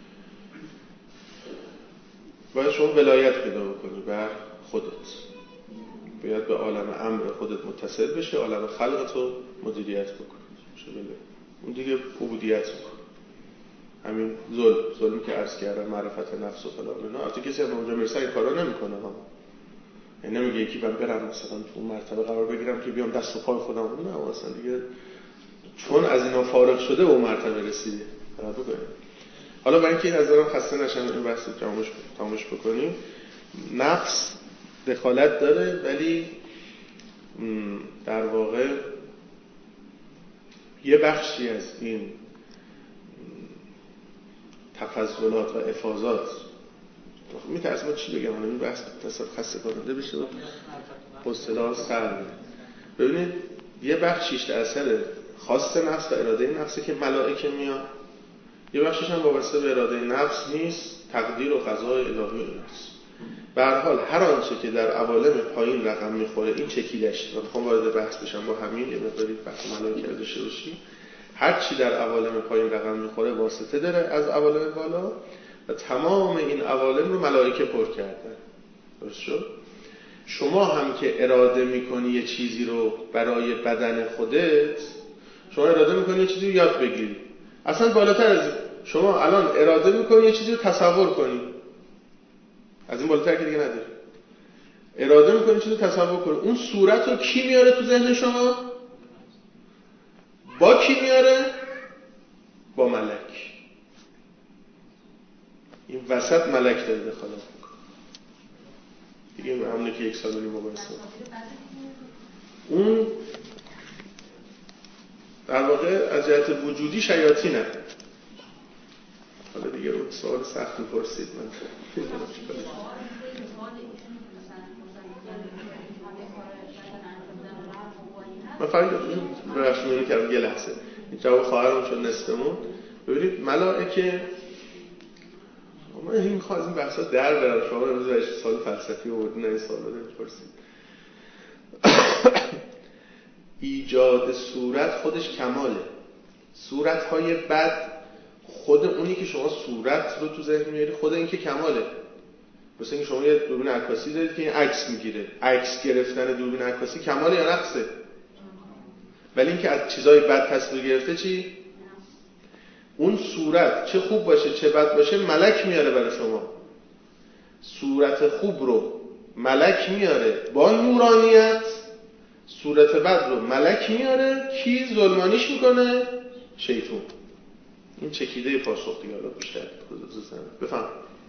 باید شما ولایت پیدا بکنی بر خودت، باید به عالم امر خودت متصل بشه، عالم خلقتو مدیریت بکنی. اون دیگه عبودیت میکنه. همین ظلم ظلمی که عرض کردم، معرفت نفس و فلان اینا، البته کسی هم اونجا میرسه این کارا نمیکنه ها، یعنی نمیگه یکی من برم مثلا تو اون مرتبه قرار بگیرم که بیام دست و پای خودم، نه اصلا دیگه چون از اینا فارغ شده به اون مرتبه رسیده. حالا برای اینکه این از دارم خسته نشم این بحث رو تمامش تمامش بکنیم، نفس دخالت داره ولی در واقع یه بخشی از این تفضلات و افاضات میترسم چی بگم، این بحث تصور خسته کننده بشه و حوصله سر. ببینید یه بخشیش در اثر خواست نفس و اراده نفسه که ملائکه میاد، یه بخشش هم وابسته به اراده نفس نیست، تقدیر و قضای الهی نیست. به هر حال هر آنچه که در عوالم پایین رقم میخوره این چکیدش، من میخوام وارد بحث بشم با همین یه مقداری بحث ملائکه داشته باشیم. هر چی در عوالم پایین رقم میخوره واسطه داره از عوالم بالا و تمام این عوالم رو ملائکه پر کردن. درست شد؟ شما هم که اراده میکنی یه چیزی رو برای بدن خودت، شما اراده میکنی یه چیزی رو یاد بگیری، اصلا بالاتر از شما الان اراده میکنی یه چیزی رو تصور کنی، از این بالاتر که دیگه نداری. اراده میکنی چیزی رو تصور کنی، اون صورت رو کی میاره تو ذهن شما؟ با کی میاره؟ با ملک. این وسط ملک داره دخالت میکنه دیگه، همونه که یک سال و نیم مباحثه. اون در واقع از جهت وجودی شیاطینه. حالا دیگه رو سوال سخت می‌پرسید، من نمی‌دونم چیکار کنم. من فقط براشون کردم یه لحظه این جواب خواهرم چون نصفمون. ببینید ملائکه، من این میخوام از این بحثا در برم، شما امروز بهش سوال فلسفی آوردین این سوال رو نمی‌پرسید. ایجاد صورت خودش کماله. صورت‌های بد خود اونی که شما صورت رو تو ذهن میاری خود این که کماله. مثلا اینکه شما یه دوربین عکاسی دارید که این عکس میگیره، عکس گرفتن دوربین عکاسی کماله یا نقصه؟ ولی اینکه از چیزای بد تصویر گرفته چی؟ اون صورت چه خوب باشه چه بد باشه ملک میاره برای شما. صورت خوب رو ملک میاره با نورانیت، صورت بد رو ملک میاره، کی ظلمانیش میکنه؟ شیطان. این چکیده پاسخ دیگه حالا بیشتر بزنم بفهم.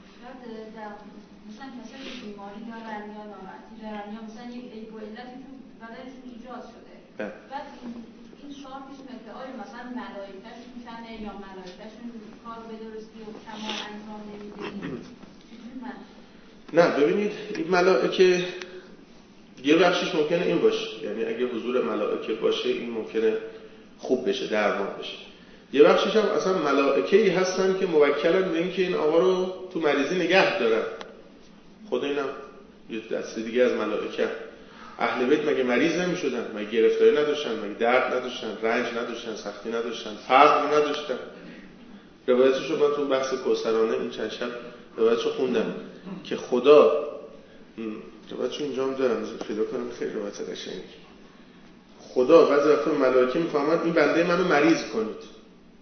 مثلا مثلا بیماری دارن یا ناراحتی دارن یا مثلا یک عیب و علتی تو بدنشون ایجاد شده، بعد این این سوال پیش میاد که آیا مثلا ملائکه‌شون کمه یا ملائکه‌شون کار به درستی و کمال انجام نمیده؟ نه ببینید این ملائکه یه بخشش ممکنه این باشه، یعنی اگه حضور ملائکه باشه این ممکنه خوب بشه، درمان بشه. یه بخشش هم اصلا ملائکه‌ای هستن که موکلن به این که این آقا رو تو مریضی نگه دارن. خود اینم یه دسته دیگه از ملائکه. اهل بیت مگه مریض نمی‌شدن؟ مگه گرفتاری نداشتن؟ مگه درد نداشتن؟ رنج نداشتن؟ سختی نداشتن؟ فقر نداشتن؟ روایتش رو من تو بحث کوثرانه این چند شب روایتشو خوندم که خدا، روایتشو اینجا هم دارم پیدا کنم، خیلی روایت قشنگه. خدا بعضی وقتا ملائکه میفهمن این بنده منو مریض کنید.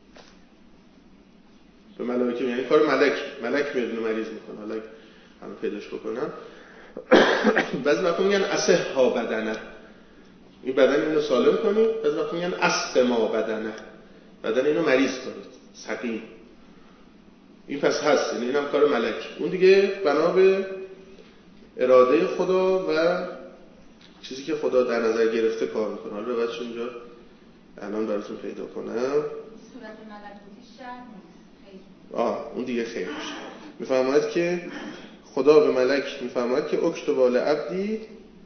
به ملائکه یعنی کار ملک، ملک میاد اینو مریض میکنه، حالا همه پیداش بکنن. بعضی وقتا میگن اصحا بدنه، این بدن اینو سالم کنید. بعضی وقتا میگن اسقما بدنه، بدن اینو مریض کنید، سقیم. این پس هست، یعنی اینم کار ملک. اون دیگه بنا به اراده خدا و چیزی که خدا در نظر گرفته کار میکنه. حالا رو بچه اونجا الان براتون پیدا کنم. صورت ملکوتی شرط نیست. آه اون دیگه خیلی میشه. میفرماید که خدا به ملک میفرماید که اکتب لعبدی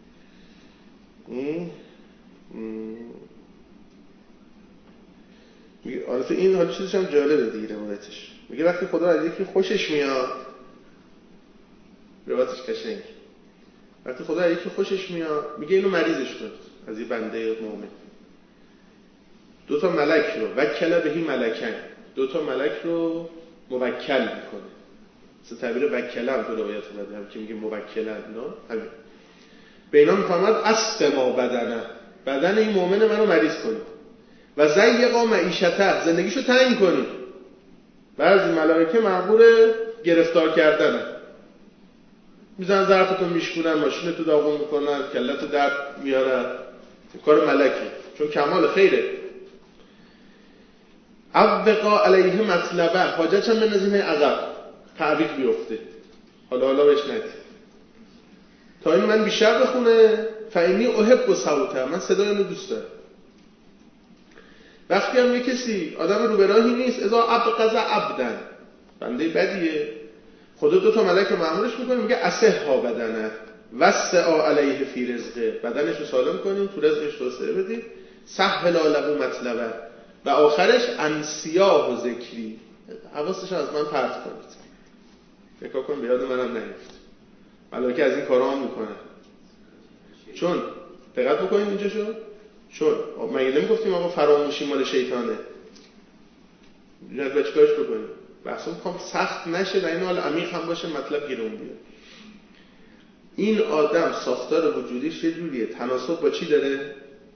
میگه البته این حالا چیزش هم جالبه دیگه روایتش. میگه وقتی خدا از یکی خوشش میاد، روایتش قشنگه، وقتی خدا از یکی خوشش میاد میگه اینو مریضش کن، از این بنده مومن. دو تا ملک رو وکل بهی ملکن، دو تا ملک رو موکل میکنه. مثل تعبیر وکله هم تو روایت اومده، هم که میگه موکله اینا همین. به اینا میفهمد استما بدنه، بدن این مومن منو مریض کنید و زیقا معیشته، زندگیشو تنگ کنید. بعضی ملائکه مأمور گرفتار کردنن، میزنن ظرفتو میشکنن، ماشینتو داغون میکنن، کلتو درد میارن. کار ملکه، چون کمال خیره. ابقا علیه مطلبه، حاجت هم بنزینه عقب تعویق بیفته. حالا حالا بهش ندید تا این من بیشتر بخونه. فاینی احب و صوته، من صدای اونو دوست دارم. وقتی هم یه کسی آدم رو به راهی نیست، اذا ابقض عبدن، بنده بدیه، خدا دو تا ملک مأمورش میکنه، میگه اصحها بدنه وسع علیه فی رزقه، بدنش رو سالم کنیم، تو رزقش توسعه بدید. سهل له مطلبه و آخرش انسیاه و ذکری، حواسش از من پرت کنید. فکر کن بیاد منم نیفت. ملائکه از این کارا هم میکنن. چون دقت بکنید اینجا شد، چون مگه نمیگفتیم آقا فراموشی مال شیطانه؟ باید چیکارش بکنیم؟ بحثم میخوام سخت نشه و این حال عمیق هم باشه، مطلب گیرون بیاد. این آدم ساختار وجودیش یه جوریه، تناسب با چی داره؟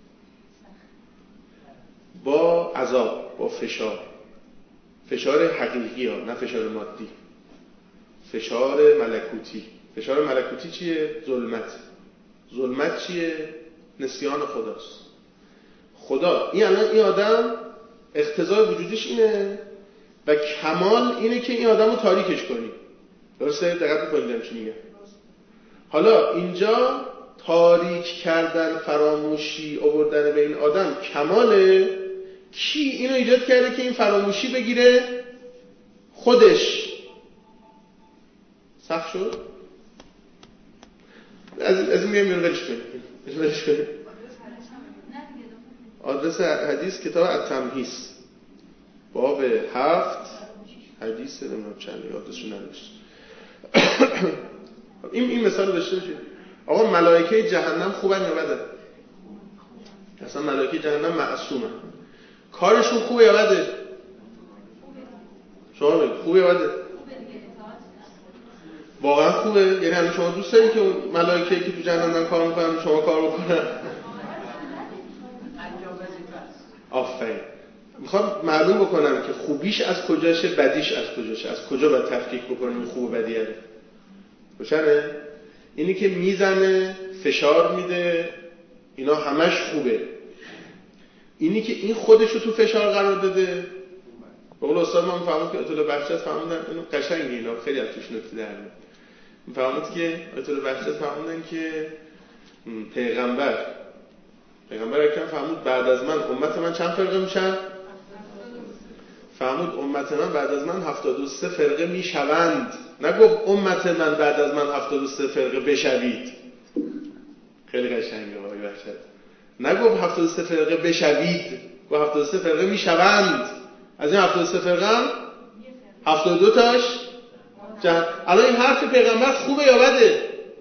با عذاب، با فشار. فشار حقیقی ها، نه فشار مادی. فشار ملکوتی. فشار ملکوتی چیه؟ ظلمت. ظلمت چیه؟ نسیان خداست. خدا این الان این آدم اقتضای وجودیش اینه و کمال اینه که این آدم رو تاریکش کنی. درسته؟ دقت بکنید چی میگم. حالا اینجا تاریک کردن، فراموشی آوردن به این آدم کماله. کی اینو ایجاد کرده که این فراموشی بگیره؟ خودش. صح شد؟ از از این میگم ولش کنید. ولش کنید. آدرس حدیث کتاب التمهیص باب هفت حدیث نمیدونم چند، یادشون نمیشه. این این مثال داشته باشید. آقا ملائکه جهنم خوبن یا بدن؟ اصلا ملائکه جهنم معصومن. کارشون خوبه یا بده؟ شما بگید خوبه یا بده؟ واقعا خوبه؟ یعنی همین شما دوست دارید که اون ملائکه که تو جهنم کار میکنن شما کار بکنن؟ آفرین. میخوام معلوم بکنم که خوبیش از کجاشه، بدیش از کجاشه، از کجا باید تفکیک بکنیم خوب و بدیه. روشنه؟ اینی که میزنه، فشار میده، اینا همش خوبه. اینی که این خودشو تو فشار قرار داده، به قول استاد ما میفهمید که اطلاع بخشت فهموندن اینو قشنگه، اینا خیلی از توش نکته در میاد. میفهمید که اطلاع بخشت فهموندن که پیغمبر پیغمبر اکرم فهمود بعد از من امت من چند فرقه میشن؟ فهمود امت من بعد از من هفتاد و سه فرقه میشوند. نگفت امت من بعد از من هفتاد و سه فرقه بشوید. خیلی قشنگه آقای بخشت. نگفت هفتاد و سه فرقه بشوید، گفت هفتاد و سه فرقه میشوند. از این هفتاد و سه فرقه هم هفتاد و دو تاش جهنم. الان این حرف پیغمبر خوبه یا بده؟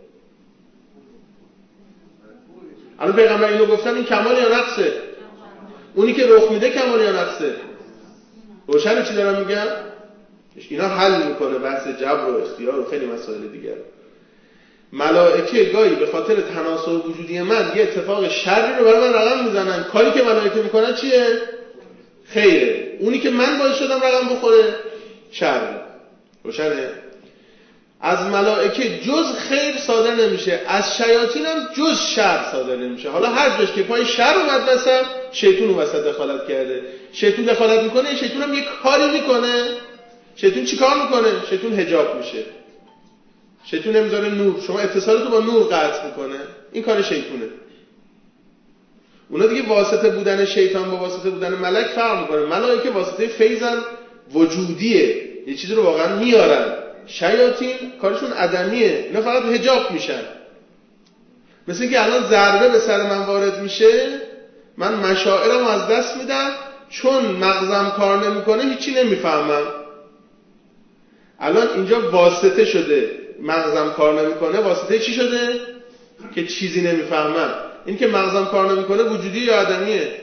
الان پیغمبر اینو گفتن، این کمال یا نقصه؟ اونی که رخ میده کمال یا نقصه؟ روشنه چی دارم میگم؟ اینا حل میکنه بحث جبر و اختیار و خیلی مسائل دیگر. ملائکه گاهی به خاطر تناسب وجودی من یه اتفاق شری رو برای من رقم میزنن. کاری که ملائکه میکنن چیه؟ خیره. اونی که من باعث شدم رقم بخوره شر. روشنه؟ از ملائکه جز خیر صادر نمیشه، از شیاطین هم جز شر صادر نمیشه. حالا هر جاش که پای شر اومد وسط، شیطون اون وسط دخالت کرده. شیطون دخالت میکنه، شیطون هم یه کاری میکنه. شیطون چی کار میکنه؟ شیطون حجاب میشه. شیطون نمیذاره نور، شما اتصالتو با نور قطع میکنه، این کار شیطونه. اونا دیگه واسطه بودن شیطان با واسطه بودن ملک فرق میکنه. ملائکه واسطه فیضن وجودیه، یه چیزی رو واقعا میارن. شیاطین کارشون عدمیه، اینا فقط حجاب میشن. مثل اینکه الان ضربه به سر من وارد میشه، من مشاعرم از دست میدم، چون مغزم کار نمیکنه هیچی نمیفهمم. الان اینجا واسطه شده، مغزم کار نمیکنه، واسطه چی شده؟ که چیزی نمیفهمم. این که مغزم کار نمیکنه وجودی یا عدمیه؟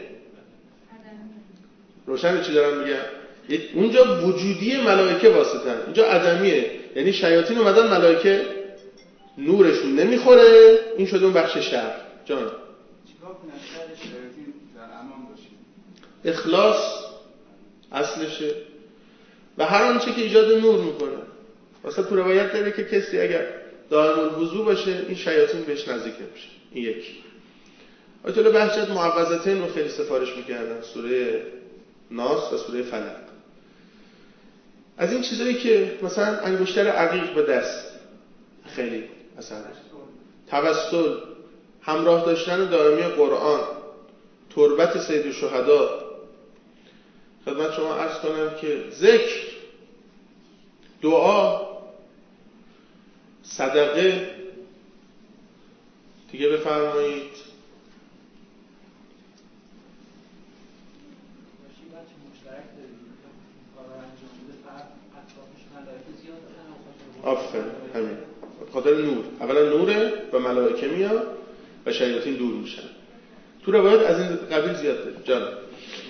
روشن چی دارم میگم؟ اونجا وجودی ملائکه واسطه، اینجا عدمیه. یعنی شیاطین اومدن ملائکه نورشون نمیخوره، این شده اون بخش شر. جان چیکار کنن شر شیاطین در امان باشه؟ اخلاص اصلشه و هر آنچه که ایجاد نور میکنه. واسه تو روایت داره که کسی اگر دائم الوضو باشه این شیاطین بهش نزدیک نمیشه. این یکی. آیت الله بهجت معوذتین رو خیلی سفارش میکردن، سوره ناس و سوره فلق. از این چیزایی که مثلا انگشتر عقیق به دست خیلی اثر داره، توسل، همراه داشتن دائمی قرآن، تربت سید الشهدا. خدمت شما عرض کنم که ذکر، دعا، صدقه دیگه بفرمایید. آفرین، همین. خاطر نور، اولا نوره و ملائکه میاد و شیاطین دور میشن. تو روایت از این قبیل زیاد داره. جان مثلا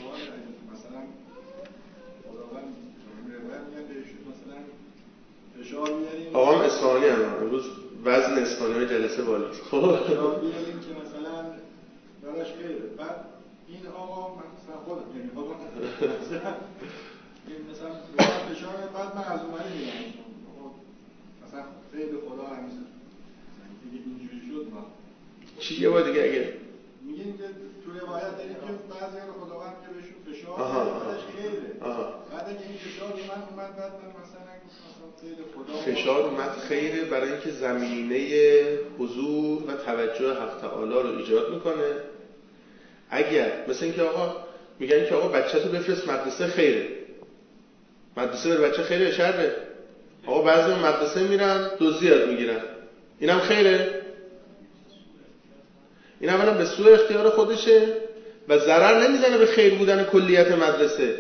خداوند روایت میگه بهشون مثلا فشار میاریم. آقام اصفهانی هم امروز وزن اصفهانی جلسه بالاست. خب فشار میاریم که مثلا براش خیره. بعد این آقا مثلا خودم یعنی خودم مثلا مثلا فشار بعد من از اون میگم مثلا خیلی خدا همیشه دیگه اینجوری شد. ما چی یه بار دیگه اگه میگیم که تو روایت داریم که بعضی از خداوند که بهشون فشار بعدش خیره. بعد اینکه این فشار اومد اومد بعد من مثلا مثلا خیلی خدا فشار اومد خیره برای اینکه زمینه حضور و توجه حق تعالی رو ایجاد میکنه. اگر مثلا اینکه آقا میگن که آقا بچه‌تو بفرست مدرسه، خیره. مدرسه بر بچه خیره شره؟ آقا بعضی مدرسه میرن دزدی یاد میگیرن، اینم خیره؟ این اولا به سوء اختیار خودشه و ضرر نمیزنه به خیر بودن کلیت مدرسه.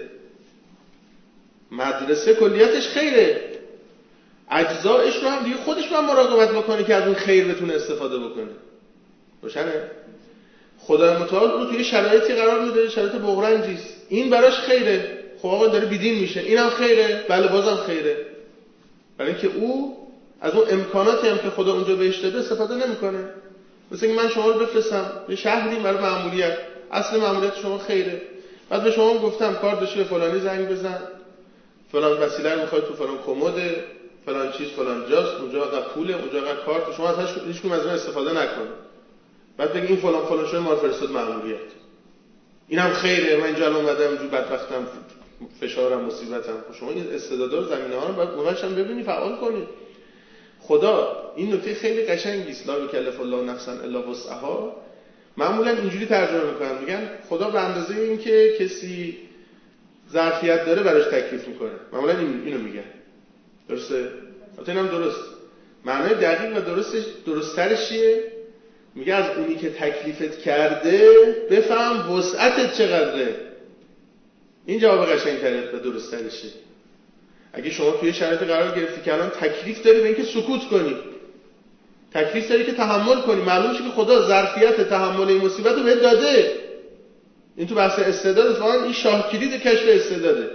مدرسه کلیتش خیره، اجزایش رو هم دیگه خودش باید مراقبت بکنه که از اون خیر بتونه استفاده بکنه. روشنه؟ خدای متعال رو توی شرایطی قرار میده، شرایط بغرنجیست، این براش خیره. خب آقا داره بیدین میشه، اینم خیره؟ بله بازم خیره. برای اینکه او از اون امکاناتی هم که خدا اونجا بهش داده استفاده نمیکنه. مثلا اینکه من شما رو بفرستم یه شهری برای مأموریت، اصل مأموریت شما خیره. بعد به شما گفتم کار داشتی به فلانی زنگ بزن، فلان وسیله رو میخوای تو فلان کمد، فلان چیز فلان جاست، اونجا قد پوله، اونجا قد کارت، شما ازش هیچ کدوم از اون استفاده نکن. بعد بگی این فلان فلان شده ما رو فرستاد مأموریت. اینم خیره، من اینجا الان اومدم جو بدبختم، فشارم، مصیبتم. شما این استعدادا رو زمینه‌ها رو باید موقعش هم ببینی، فعال کنی. خدا این نکته خیلی قشنگی است، لا یکلف الله نفسا الا وسعها. معمولا اینجوری ترجمه میکنن، میگن خدا به اندازه این که کسی ظرفیت داره براش تکلیف میکنه. معمولا اینو میگن. درسته؟ البته اینم درست. معنای دقیق و درستش درست‌ترش چیه؟ میگه از اونی که تکلیفت کرده بفهم وسعتت چقدره. این جواب قشنگ‌تره و درست‌ترشه. اگه شما توی شرایط قرار گرفتی که الان تکلیف داری به اینکه سکوت کنی، تکلیف داری که تحمل کنی، معلومه که خدا ظرفیت تحمل این مصیبت رو بهت داده. این تو بحث استعداد اتفاقا این شاه کلید کشف استعداده.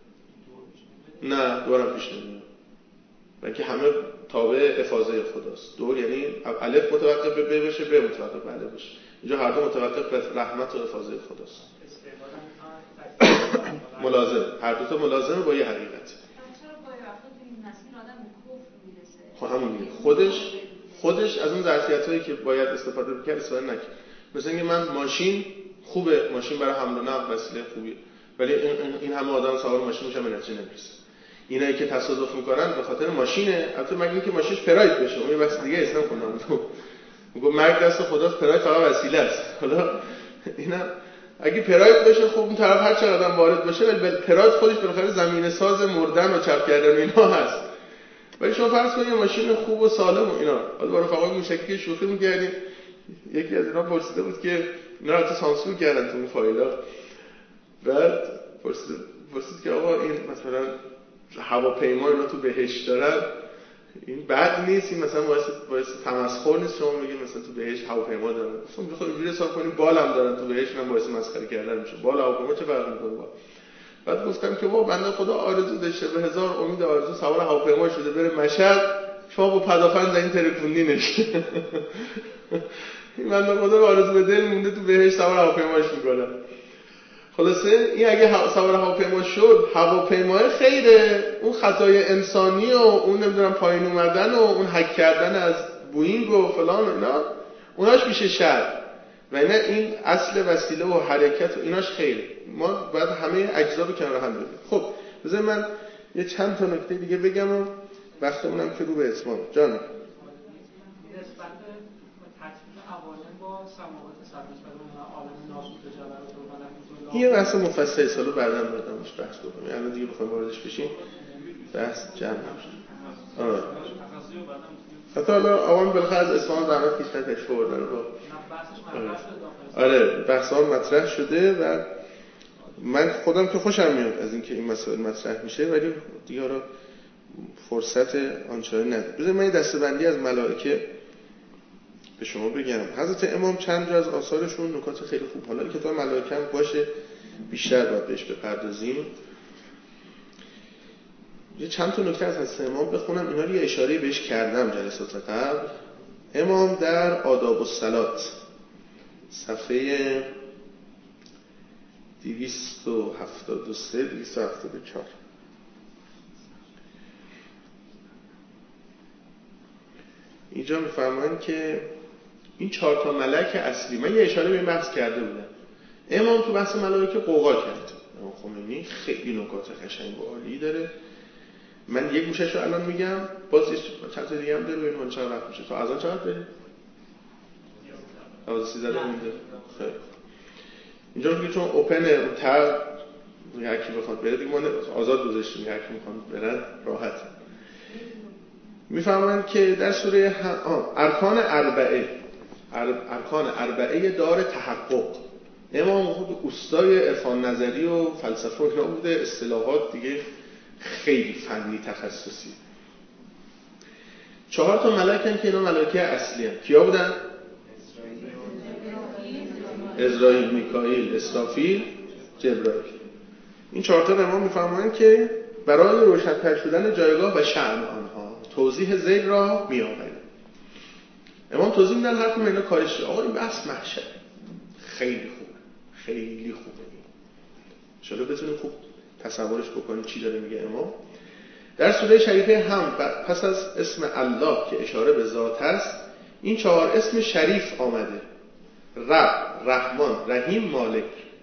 نه دورم پیش نمیاد، بلکه همه تابع افاضه خداست. دور یعنی الف متوقف به ب بشه، ب متوقف به الف بشه. اینجا هر دو متوقف به رحمت و افاضه خداست. ملازم، هر دو تا ملازمه با یه حقیقت. خب همون میگه خودش خودش از اون ظرفیتایی که باید استفاده بکنه استفاده نکنه. مثلا اینکه من ماشین خوبه، ماشین برای حمل و نقل وسیله خوبیه، ولی این, این همه آدم سوار ماشین میشن به نتیجه نمیرسه. اینایی که تصادف میکنن به خاطر ماشینه، البته مگه اینکه ماشینش پراید بشه، اون یه بحث دیگه اسلام خوندم میگه مرگ دست خداست، پراید فقط وسیله است. حالا اینا اگه پراید بشه خب اون طرف هر چقدر وارد باشه، ولی پراید خودش بالاخره زمینه ساز مردن و چپ کردن اینا هست. ولی شما فرض کنید یه ماشین خوب و سالم و اینا، حالا با رفقای موشکی شوخی می‌کردیم، یکی از اینا پرسیده بود که اینا رو البته سانسور کردن تو اون فایل‌ها، بعد پرسید پرسید که آقا این مثلا هواپیما اینا تو بهشت دارن، این بد نیست، این مثلا باعث باعث تمسخر نیست شما میگید مثلا تو بهشت هواپیما دارن؟ گفتم میخوام اینجوری حساب کنیم بالم دارن تو بهشت، من باعث مسخره کردن میشه، بال هواپیما چه فرقی میکنه؟ بعد گفتم که بابا بنده خدا آرزو داشته، به هزار امید آرزو سوار هواپیما شده بره مشهد، شما با پدافند این تلفنینش این بنده خدا آرزو به دل مونده تو بهشت سوار هواپیماش میکنه. خلاصه این اگه سوار هواپیما شد، هواپیمای خیره، اون خطای انسانی و اون نمیدونم پایین اومدن و اون هک کردن از بوئینگ و فلان و اینا اوناش میشه شر، و نه این اصل وسیله و حرکت و ایناش خیره. ما باید همه اجزا رو کنار هم بذاریم. خب بذار من یه چند تا نکته دیگه بگم و وقتمونم که رو به اتمام. جان نسبت تطبیق عوالم با سماوات سبز و عالم ناسوت جبروت و ملکوت این یه بحث مفصلی سالو بعداً بعداًش بحث بکنیم، الان دیگه بخوایم واردش بشیم بحث جمع نمیشه. آره حتی حالا آوان بالاخره از اصفهان زحمت کشیدن تشریف آوردن با آره بحث‌ها مطرح شده و من خودم که خوشم میاد از اینکه این مسائل مطرح میشه، ولی دیگه حالا فرصت آنچنانی نداره. بذار من این دسته‌بندی از ملائکه به شما بگم. حضرت امام چند جا از آثارشون نکات خیلی خوب، حالا کتاب ملائکه هم باشه بیشتر باید بهش بپردازیم. یه چند تا نکته از حضرت امام بخونم، اینا رو یه اشاره بهش کردم جلسات قبل. امام در آداب الصلات صفحه دویست و هفتاد و سه دویست و هفتاد و چهار اینجا میفرمایند که این چهار تا ملک اصلی، من یه اشاره به این بحث کرده بودم، امام تو بحث ملائکه قوقا کرد. امام خمینی خیلی نکات قشنگ و عالی داره، من یک گوشش رو الان میگم، باز چند تا دیگه هم داره، ببینیم چقدر وقت میشه. تا اذان چقدر داریم؟ تا سیزده دقیقه مونده. خیلی اینجا میگه چون اوپن تر هر کی بخواد بره دیگه، ما آزاد گذاشتیم، هر کی میخواد برن راحت. میفهمن که در سوره ارکان اربعه ارکان اربعه دار تحقق، امام خود اوستای عرفان نظری و فلسفه و اینا بوده، اصطلاحات دیگه خیلی فنی تخصصی. چهار تا ملائکه که اینا ملائکه اصلی هستند. کیا بودن؟ عزرائیل، میکائیل، اسرافیل، جبرائیل. این چهار تا امام میفهمن که برای روشن‌تر شدن جایگاه و شأن آنها توضیح ذیل را می‌آورند. امام توضیح میدن هر کدوم اینا کارش. آقا این بحث محشر خیلی خوبه، خیلی خوبه. شما بتونید خوب تصورش بکنید چی داره میگه امام. در سوره شریفه هم پس از اسم الله که اشاره به ذات است، این چهار اسم شریف آمده: رب، رحمان، رحیم، مالک.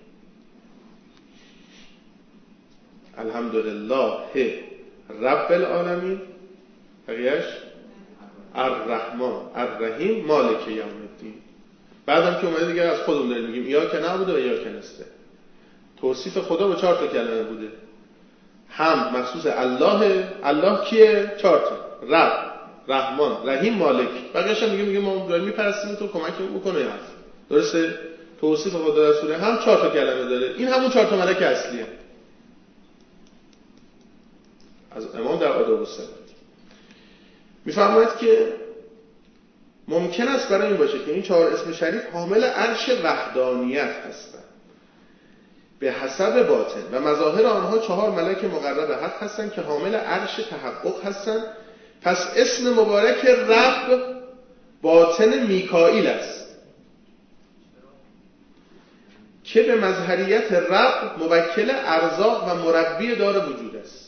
الحمدلله رب العالمین، بقیه‌اش الرحمن، الرحیم، مالک یوم الدین. بعدم که اومده دیگه از خودمون داریم میگیم ایاک نعبد و ایاک نستعین. توصیف خدا با چهار تا کلمه بوده. حمد مخصوص الله، الله کیه؟ چهار تا: رب، رحمان، رحیم، مالک. بقیه‌اش هم میگه میگه ما داریم میپرستیم تو کمکمون بکنه. این حرف درسته؟ توصیف خدا در سوره هم چهار تا کلمه داره. این همون چهار تا ملک اصلیه از امام در آداب الصلات. میفرماید که ممکن است برای این باشه که این چهار اسم شریف حامل عرش وحدانیت هستند به حسب باطن، و مظاهر آنها چهار ملک مقرب حق هستند که حامل عرش تحقق هستند. پس اسم مبارک رب باطن میکائیل است که به مظهریت رب موکل ارزاق و مربی دار وجود است.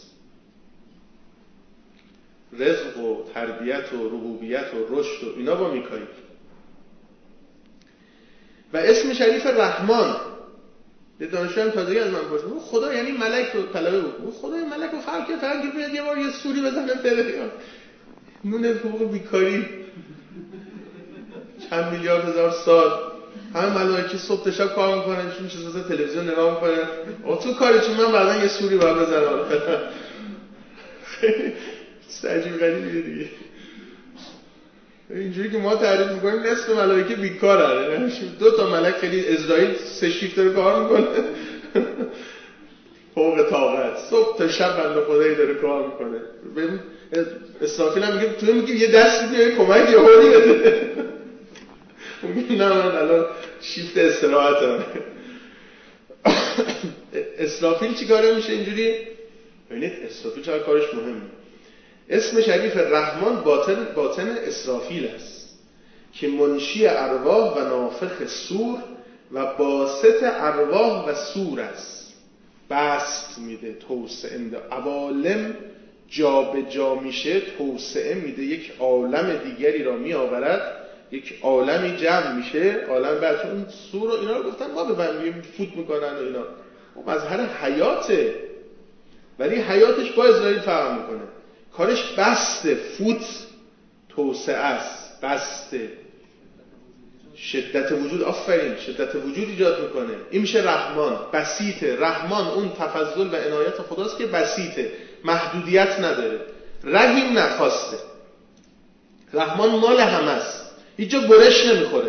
رزق و تربیت و ربوبیت و رشد و اینا با میکائیل. و اسم شریف رحمان یه دانشجو هم تازگی از من پرسید خدا یعنی ملک رو طلبه بود خدا این ملک رو خلق کرد فقط که بیاد یه بار یه سوری بزنه بره نون حقوق بیکاری چند میلیارد هزار سال همه ملائکه صبح تا شب کار میکنن چون چیزا تلویزیون نگاه میکنن او تو کاری چون من بعدن یه سوری باید بزنم عجیب غریبیه دیگه اینجوری که ما تعریف میکنیم نصف ملائکه بیکارن دو تا ملک خیلی اسرائیل سه شیفت داره کار میکنه فوق طاقت صبح تا شب بنده خدایی داره کار میکنه ببین اسرافیل هم میگه تو میگی یه دست میگه یه کمک یه هولی بده میگه نه من الان شیفت استراحتم اسرافیل چی کاره میشه اینجوری؟ ببینید اسرافیل چقدر کارش مهمه اسم شریف رحمان باطن, باطن اسرافیل است که منشی ارواح و نافخ سور و باسط ارواح و سور است بست میده توسعه میده عوالم جا به جا میشه توسعه میده یک عالم دیگری را می آورد یک عالمی جمع میشه عالم بعد اون سور و اینا رو گفتن ما ببندیم فوت میکنن و اینا اون مظهر حیاته ولی حیاتش با اسرائیل فرق میکنه کارش بسته فوت توسعه است بسته شدت وجود آفرین شدت وجود ایجاد میکنه این میشه رحمان بسیطه رحمان اون تفضل و عنایت خداست که بسیطه محدودیت نداره رحیم نخواسته رحمان مال همه است هیچ جا برش نمیخوره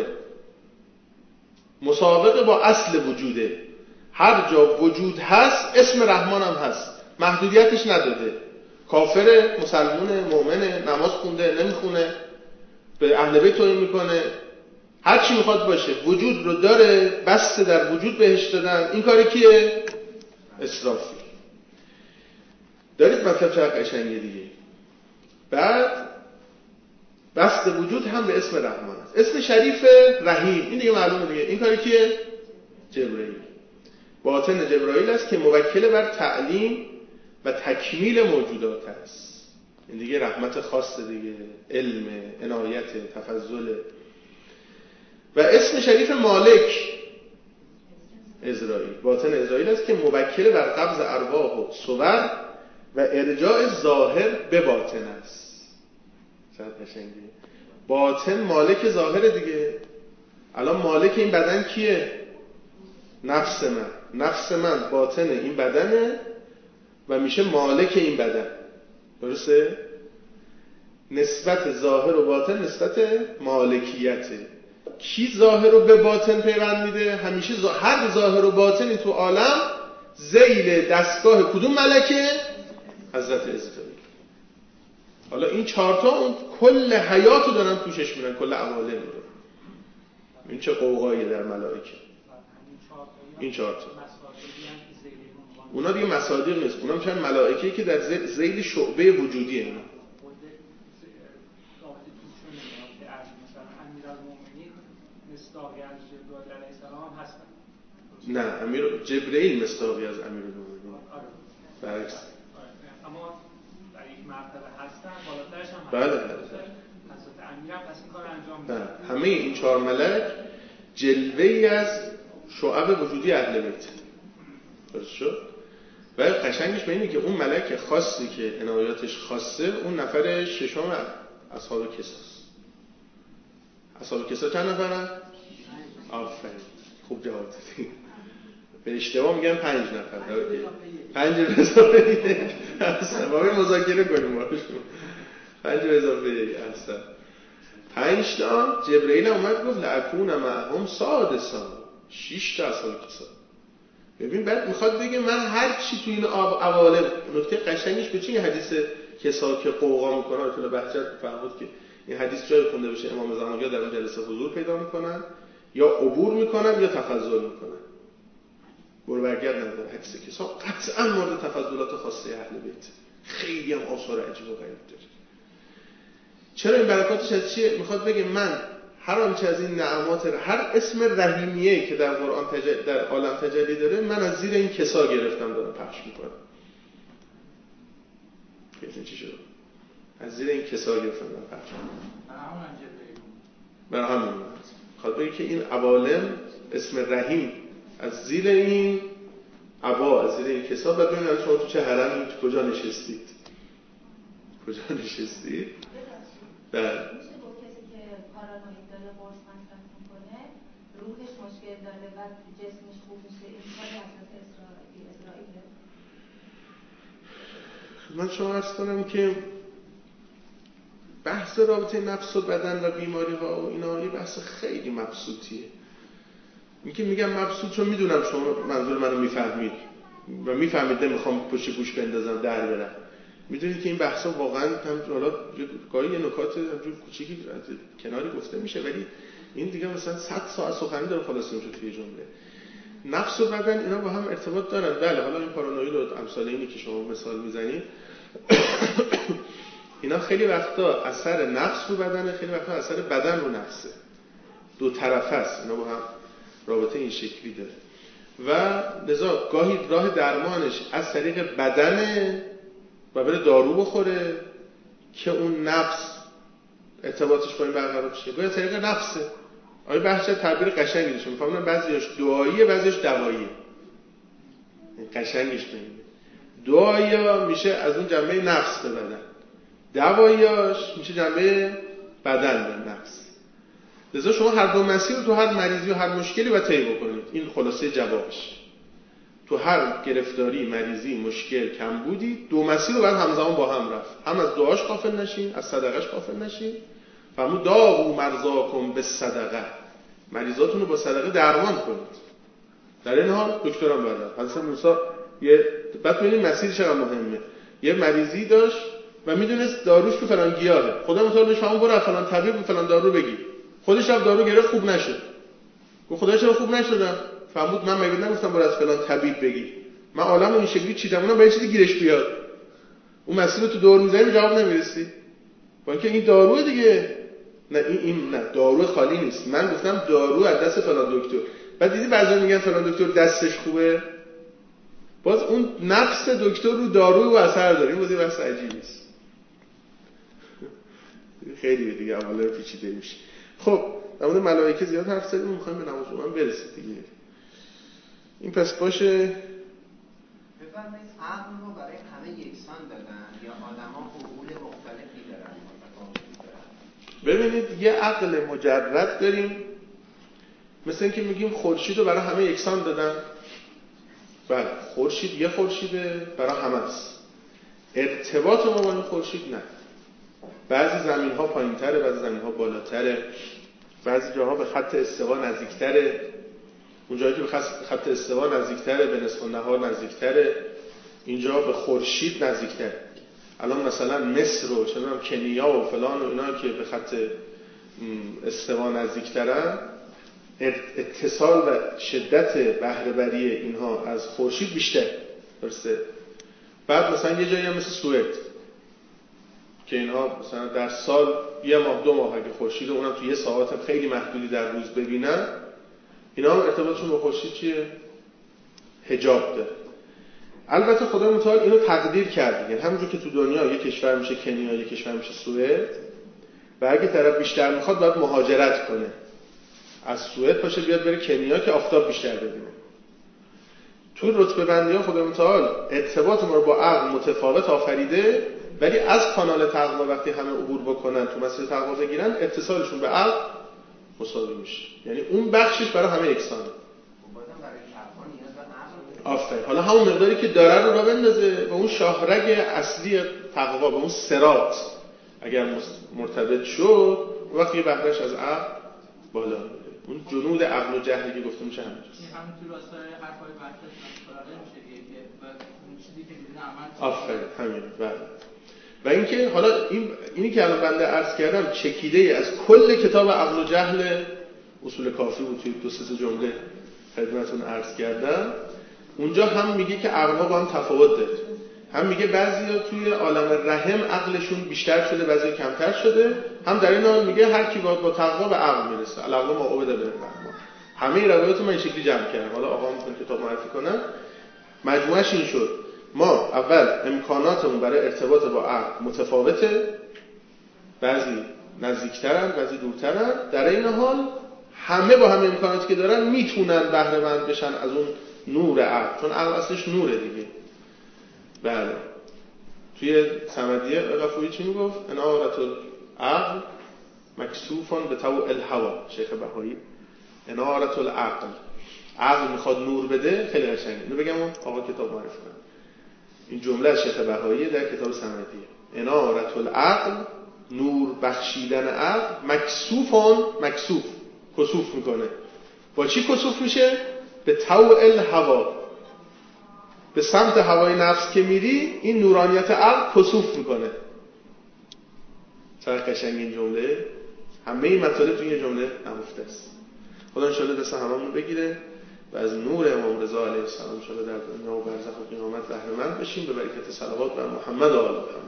مسابقه با اصل وجوده هر جا وجود هست اسم رحمان هم هست محدودیتش نداده کافر مسلمونه مؤمنه نماز خونده نمیخونه به اهل بیت توهین میکنه هر چی میخواد باشه وجود رو داره بسته در وجود بهش دادن این کاری کیه؟ اسرافیل دارید مطلب چقدر قشنگه دیگه بعد بست وجود هم به اسم رحمان است اسم شریف رحیم این دیگه معلومه دیگه این کاری کیه؟ جبرائیل باطن جبرائیل است که موکل بر تعلیم و تکمیل موجودات است این دیگه رحمت خاصه دیگه علم عنایت تفضل و اسم شریف مالک اسرائیل باطن اسرائیل است که موکل بر قبض ارواح و صور و ارجاع ظاهر به باطن است چقدر قشنگه باطن مالک ظاهر دیگه الان مالک این بدن کیه نفس من نفس من باطن این بدنه و میشه مالک این بدن درسته نسبت ظاهر و باطن نسبت مالکیته کی ظاهر رو به باطن پیوند میده همیشه زا... هر ظاهر و باطنی تو عالم ذیل دستگاه کدوم ملکه حضرت اسرائیل حالا این چهارتا اون کل حیاتو دارن توشش میرن کل عوالم رو این چه قوقایی در ملائکه این چهارتا اونا دیگه مصادیق نیست اونا میشن ملائکه‌ای که در ذیل شعبه وجودی اینا نه امیر جبرئیل مصداقی از امیرالمومنین برعکس اما در یک مرتبه هستن بالاترش هم بله حضرت امیر هم پس این کار انجام میدن همه این چهار ملک جلوه‌ای از شعب وجودی اهل بیت درست شد و قشنگش به اینه که اون ملک خاصی که عنایاتش خاصه اون نفر ششم اصحاب کساست اصحاب کسا چند نفرن؟ آفرین خوب جواب دادی به اشتباه میگن پنج نفر پنج به اضافه یک اصلا با این مذاکره کنیم باشون پنج به اضافه یک اصلا پنج تا جبرئیل اومد گفت لعکون معهم سادسا شیش تا اصحاب کسا ببین بعد میخواد بگه من هر چی تو این عوالم نکته قشنگش به چی این حدیث کسا که قوقا میکنه اطلاع بحجت فرمود که این حدیث جای خونده بشه امام زمان یا در اون جلسه حضور پیدا میکنن یا عبور میکنن یا تفضل میکنن برو برگرد نداره حدیث کسا قطعا مورد تفضلات خاصه اهل بیت خیلی هم آثار عجیب و غریب داره چرا این برکاتش از چیه میخواد بگه من هر آنچه از این نعمات هر اسم رحیمیه که در قرآن تجل... در عالم تجلی داره من از زیر این کسا گرفتم دارم پخش میکنم گفتین چی شد از زیر این کسا گرفتم دارم پخش میکنم برای همون میخواد بگه که این عوالم اسم رحیم از زیر این عبا، از زیر این کسا و ببینید شما تو چه حرمی، تو کجا نشستید کجا نشستید بله. میشه گفت کسی که پارانوید داره قرص مصرف میکنه روحش مشکل داره و جسمش خوب میشه، این کاری اساس اسرائیله. من شما عرض کنم که بحث رابطه نفس و بدن و بیماری ها و اینا یه بحث خیلی مبسوطیه. این که میگم مبسوط چون میدونم شما منظور منو میفهمید و میفهمید نمیخوام پشت گوش بندازم در برم. میدونید که این بحثا واقعا هم حالا گاهی یه نکات همجور کوچیکی کناری گفته میشه ولی این دیگه مثلا صد ساعت سخنی داره خلاص میشه توی جمله. نفس و بدن اینا با هم ارتباط دارن. بله حالا این پارانوید و امثال اینی که شما مثال میزنید اینا خیلی وقتا اثر نفس رو بدنه، خیلی وقتا اثر بدن رو نفسه، دو طرفه است، اینا با هم رابطه این شکلی داره و لذا گاهی راه درمانش از طریق بدنه و بره دارو بخوره که اون نفس ارتباطش با این برقرار بشه، گاهی از طریق نفسه. آیا بحث تعبیر قشنگی داشته میفهمونم بعضیش دعاییه بعضیش دواییه، قشنگش ببینید دعایا میشه از اون جنبه نفس به بدن، دواییاش میشه جنبه بدن به نفس. لذا شما هر دو مسیر رو تو هر مریضی و هر مشکلی باید طی بکنید. این خلاصه جوابش. تو هر گرفتاری، مریضی، مشکل، کمبودی دو مسیر رو باید همزمان با هم رفت. هم از دعاش غافل نشین، از صدقش غافل نشین. فهمو داغو مرضاکم به صدقه، مریضاتون رو با صدقه درمان کنید. در این حال دکترم بردن حضرت موسی یه بعد ببینید مسیر چقدر مهمه. یه مریضی داشت و میدونست داروش تو فلان گیاهه، خدا متعال بهش همون برو فلان طبیب فلان دارو بگیر. خودش هم دارو گرفت خوب نشد. گفت خدا چرا خوب نشدم؟ فهمید من مگه نگفتم برو از فلان طبیب بگیر. من عالمو این شکلی چیدم اونم به چیزی گیرش بیاد. اون مسیر رو تو دور میزنی جواب نمیرسی. با اینکه این داروه دیگه. نه این این نه دارو خالی نیست. من گفتم دارو از دست فلان دکتر. بعد دیدی بعضی میگن فلان دکتر دستش خوبه. باز اون نفس دکتر رو دارو و اثر داره. این بازی بحث عجیبی است. خیلی دیگه عملا پیچیده میشه. خب در مورد ملائکه زیاد حرف زدیم، میخوایم به نماز جمعه برسید دیگه. این پس باشه. بفرمایید عقل رو برای همه یکسان دادن یا آدما عقول مختلفی دارن؟ ببینید یه عقل مجرد داریم، مثل اینکه میگیم خورشید رو برای همه یکسان دادن. بله خورشید یه خورشیده برای همه است. ارتباط ما با این خورشید نه. بعضی زمین ها پایین تره، بعضی زمین ها بالاتره، بعضی جاها به خط استوا نزدیکتره، اون جایی که به خط استوا نزدیکتره به نصف النهار نزدیکتره، اینجا به خورشید نزدیکتره. الان مثلا مصر و چنانم کنیا و فلان و اینا که به خط استوا نزدیکترن، اتصال و شدت بهره بری اینها از خورشید بیشتر. درسته؟ بعد مثلا یه جایی هم مثل سوئد که اینها مثلا در سال یه ماه دو ماه اگه خورشید اونم تو یه ساعت هم خیلی محدودی در روز ببینن، اینا هم ارتباطشون با خورشید چیه؟ حجاب داره. البته خدا متعال اینو تقدیر کرده، یعنی همونجور که تو دنیا یک کشور میشه کنیا، یک کشور میشه سوئد و اگه طرف بیشتر میخواد باید مهاجرت کنه، از سوئد پاشه بیاد بره کنیا که آفتاب بیشتر ببینه. تو رتبه بندی ها خدا متعال ارتباط ما رو با عقل متفاوت آفریده، ولی از کانال تقوا وقتی همه عبور بکنن تو مسیر تقوا بگیرن اتصالشون به عقل مساوی میشه، یعنی اون بخشش برای همه یکسانه. آفرین. حالا همون مقداری که داره رو را بندازه به اون شاهرگ اصلی تقوا، به اون صراط اگر مرتبط شد وقتی یه بخشش از عقل بالا میره، اون جنود عقل و جهلی که گفته میشه همینجاست. همین تو راستای حرفای بحثش مستقل میشه که اون چیزی که میدونه عمل. آفرین همین. بله. و اینکه حالا این اینی که الان بنده عرض کردم چکیده از کل کتاب عقل و جهل اصول کافی بود، توی دو سه جمله خدمتتون عرض کردم. اونجا هم میگه که عقل‌ها با هم تفاوت داره، هم میگه بعضیا توی عالم رحم عقلشون بیشتر شده بعضیا کمتر شده، هم در این حال میگه هر کی با با تقوا به عقل میرسه. العقل ما عبد بالرحمن. همه روایات من این شکلی جمع کردم. حالا آقا میتونه کتاب معرفی کنن. مجموعش این شد: ما اول امکاناتمون برای ارتباط با عقل متفاوته، بعضی نزدیکترن بعضی دورترن، در این حال همه با همه امکاناتی که دارن میتونن بهره مند بشن از اون نور عقل، چون عقل اصلش نوره دیگه. بله توی صمدیه قفویی چی میگفت؟ انارت العقل مکسوفان به طوع الهوا. شیخ بهایی انارت العقل، عقل میخواد نور بده، خیلی قشنگه. اینو بگم اون آقا کتاب معرفی کنه. این جمله از شیخ بهایی در کتاب صمدیه. انارت العقل، نور بخشیدن عقل، مکسوفان، مکسوف کسوف میکنه. با چی کسوف میشه؟ به طوع الهوا، به سمت هوای نفس که میری این نورانیت عقل کسوف میکنه. چقدر قشنگ این جمله، همه این مطالب توی این جمله نهفته است. خدا ان شاءالله دست هممون بگیره و از نور امام رضا علیه السلام ان شاءالله در دنیا و برزخ و قیامت بهره مند بشیم به برکت صلوات بر محمد و آل محمد.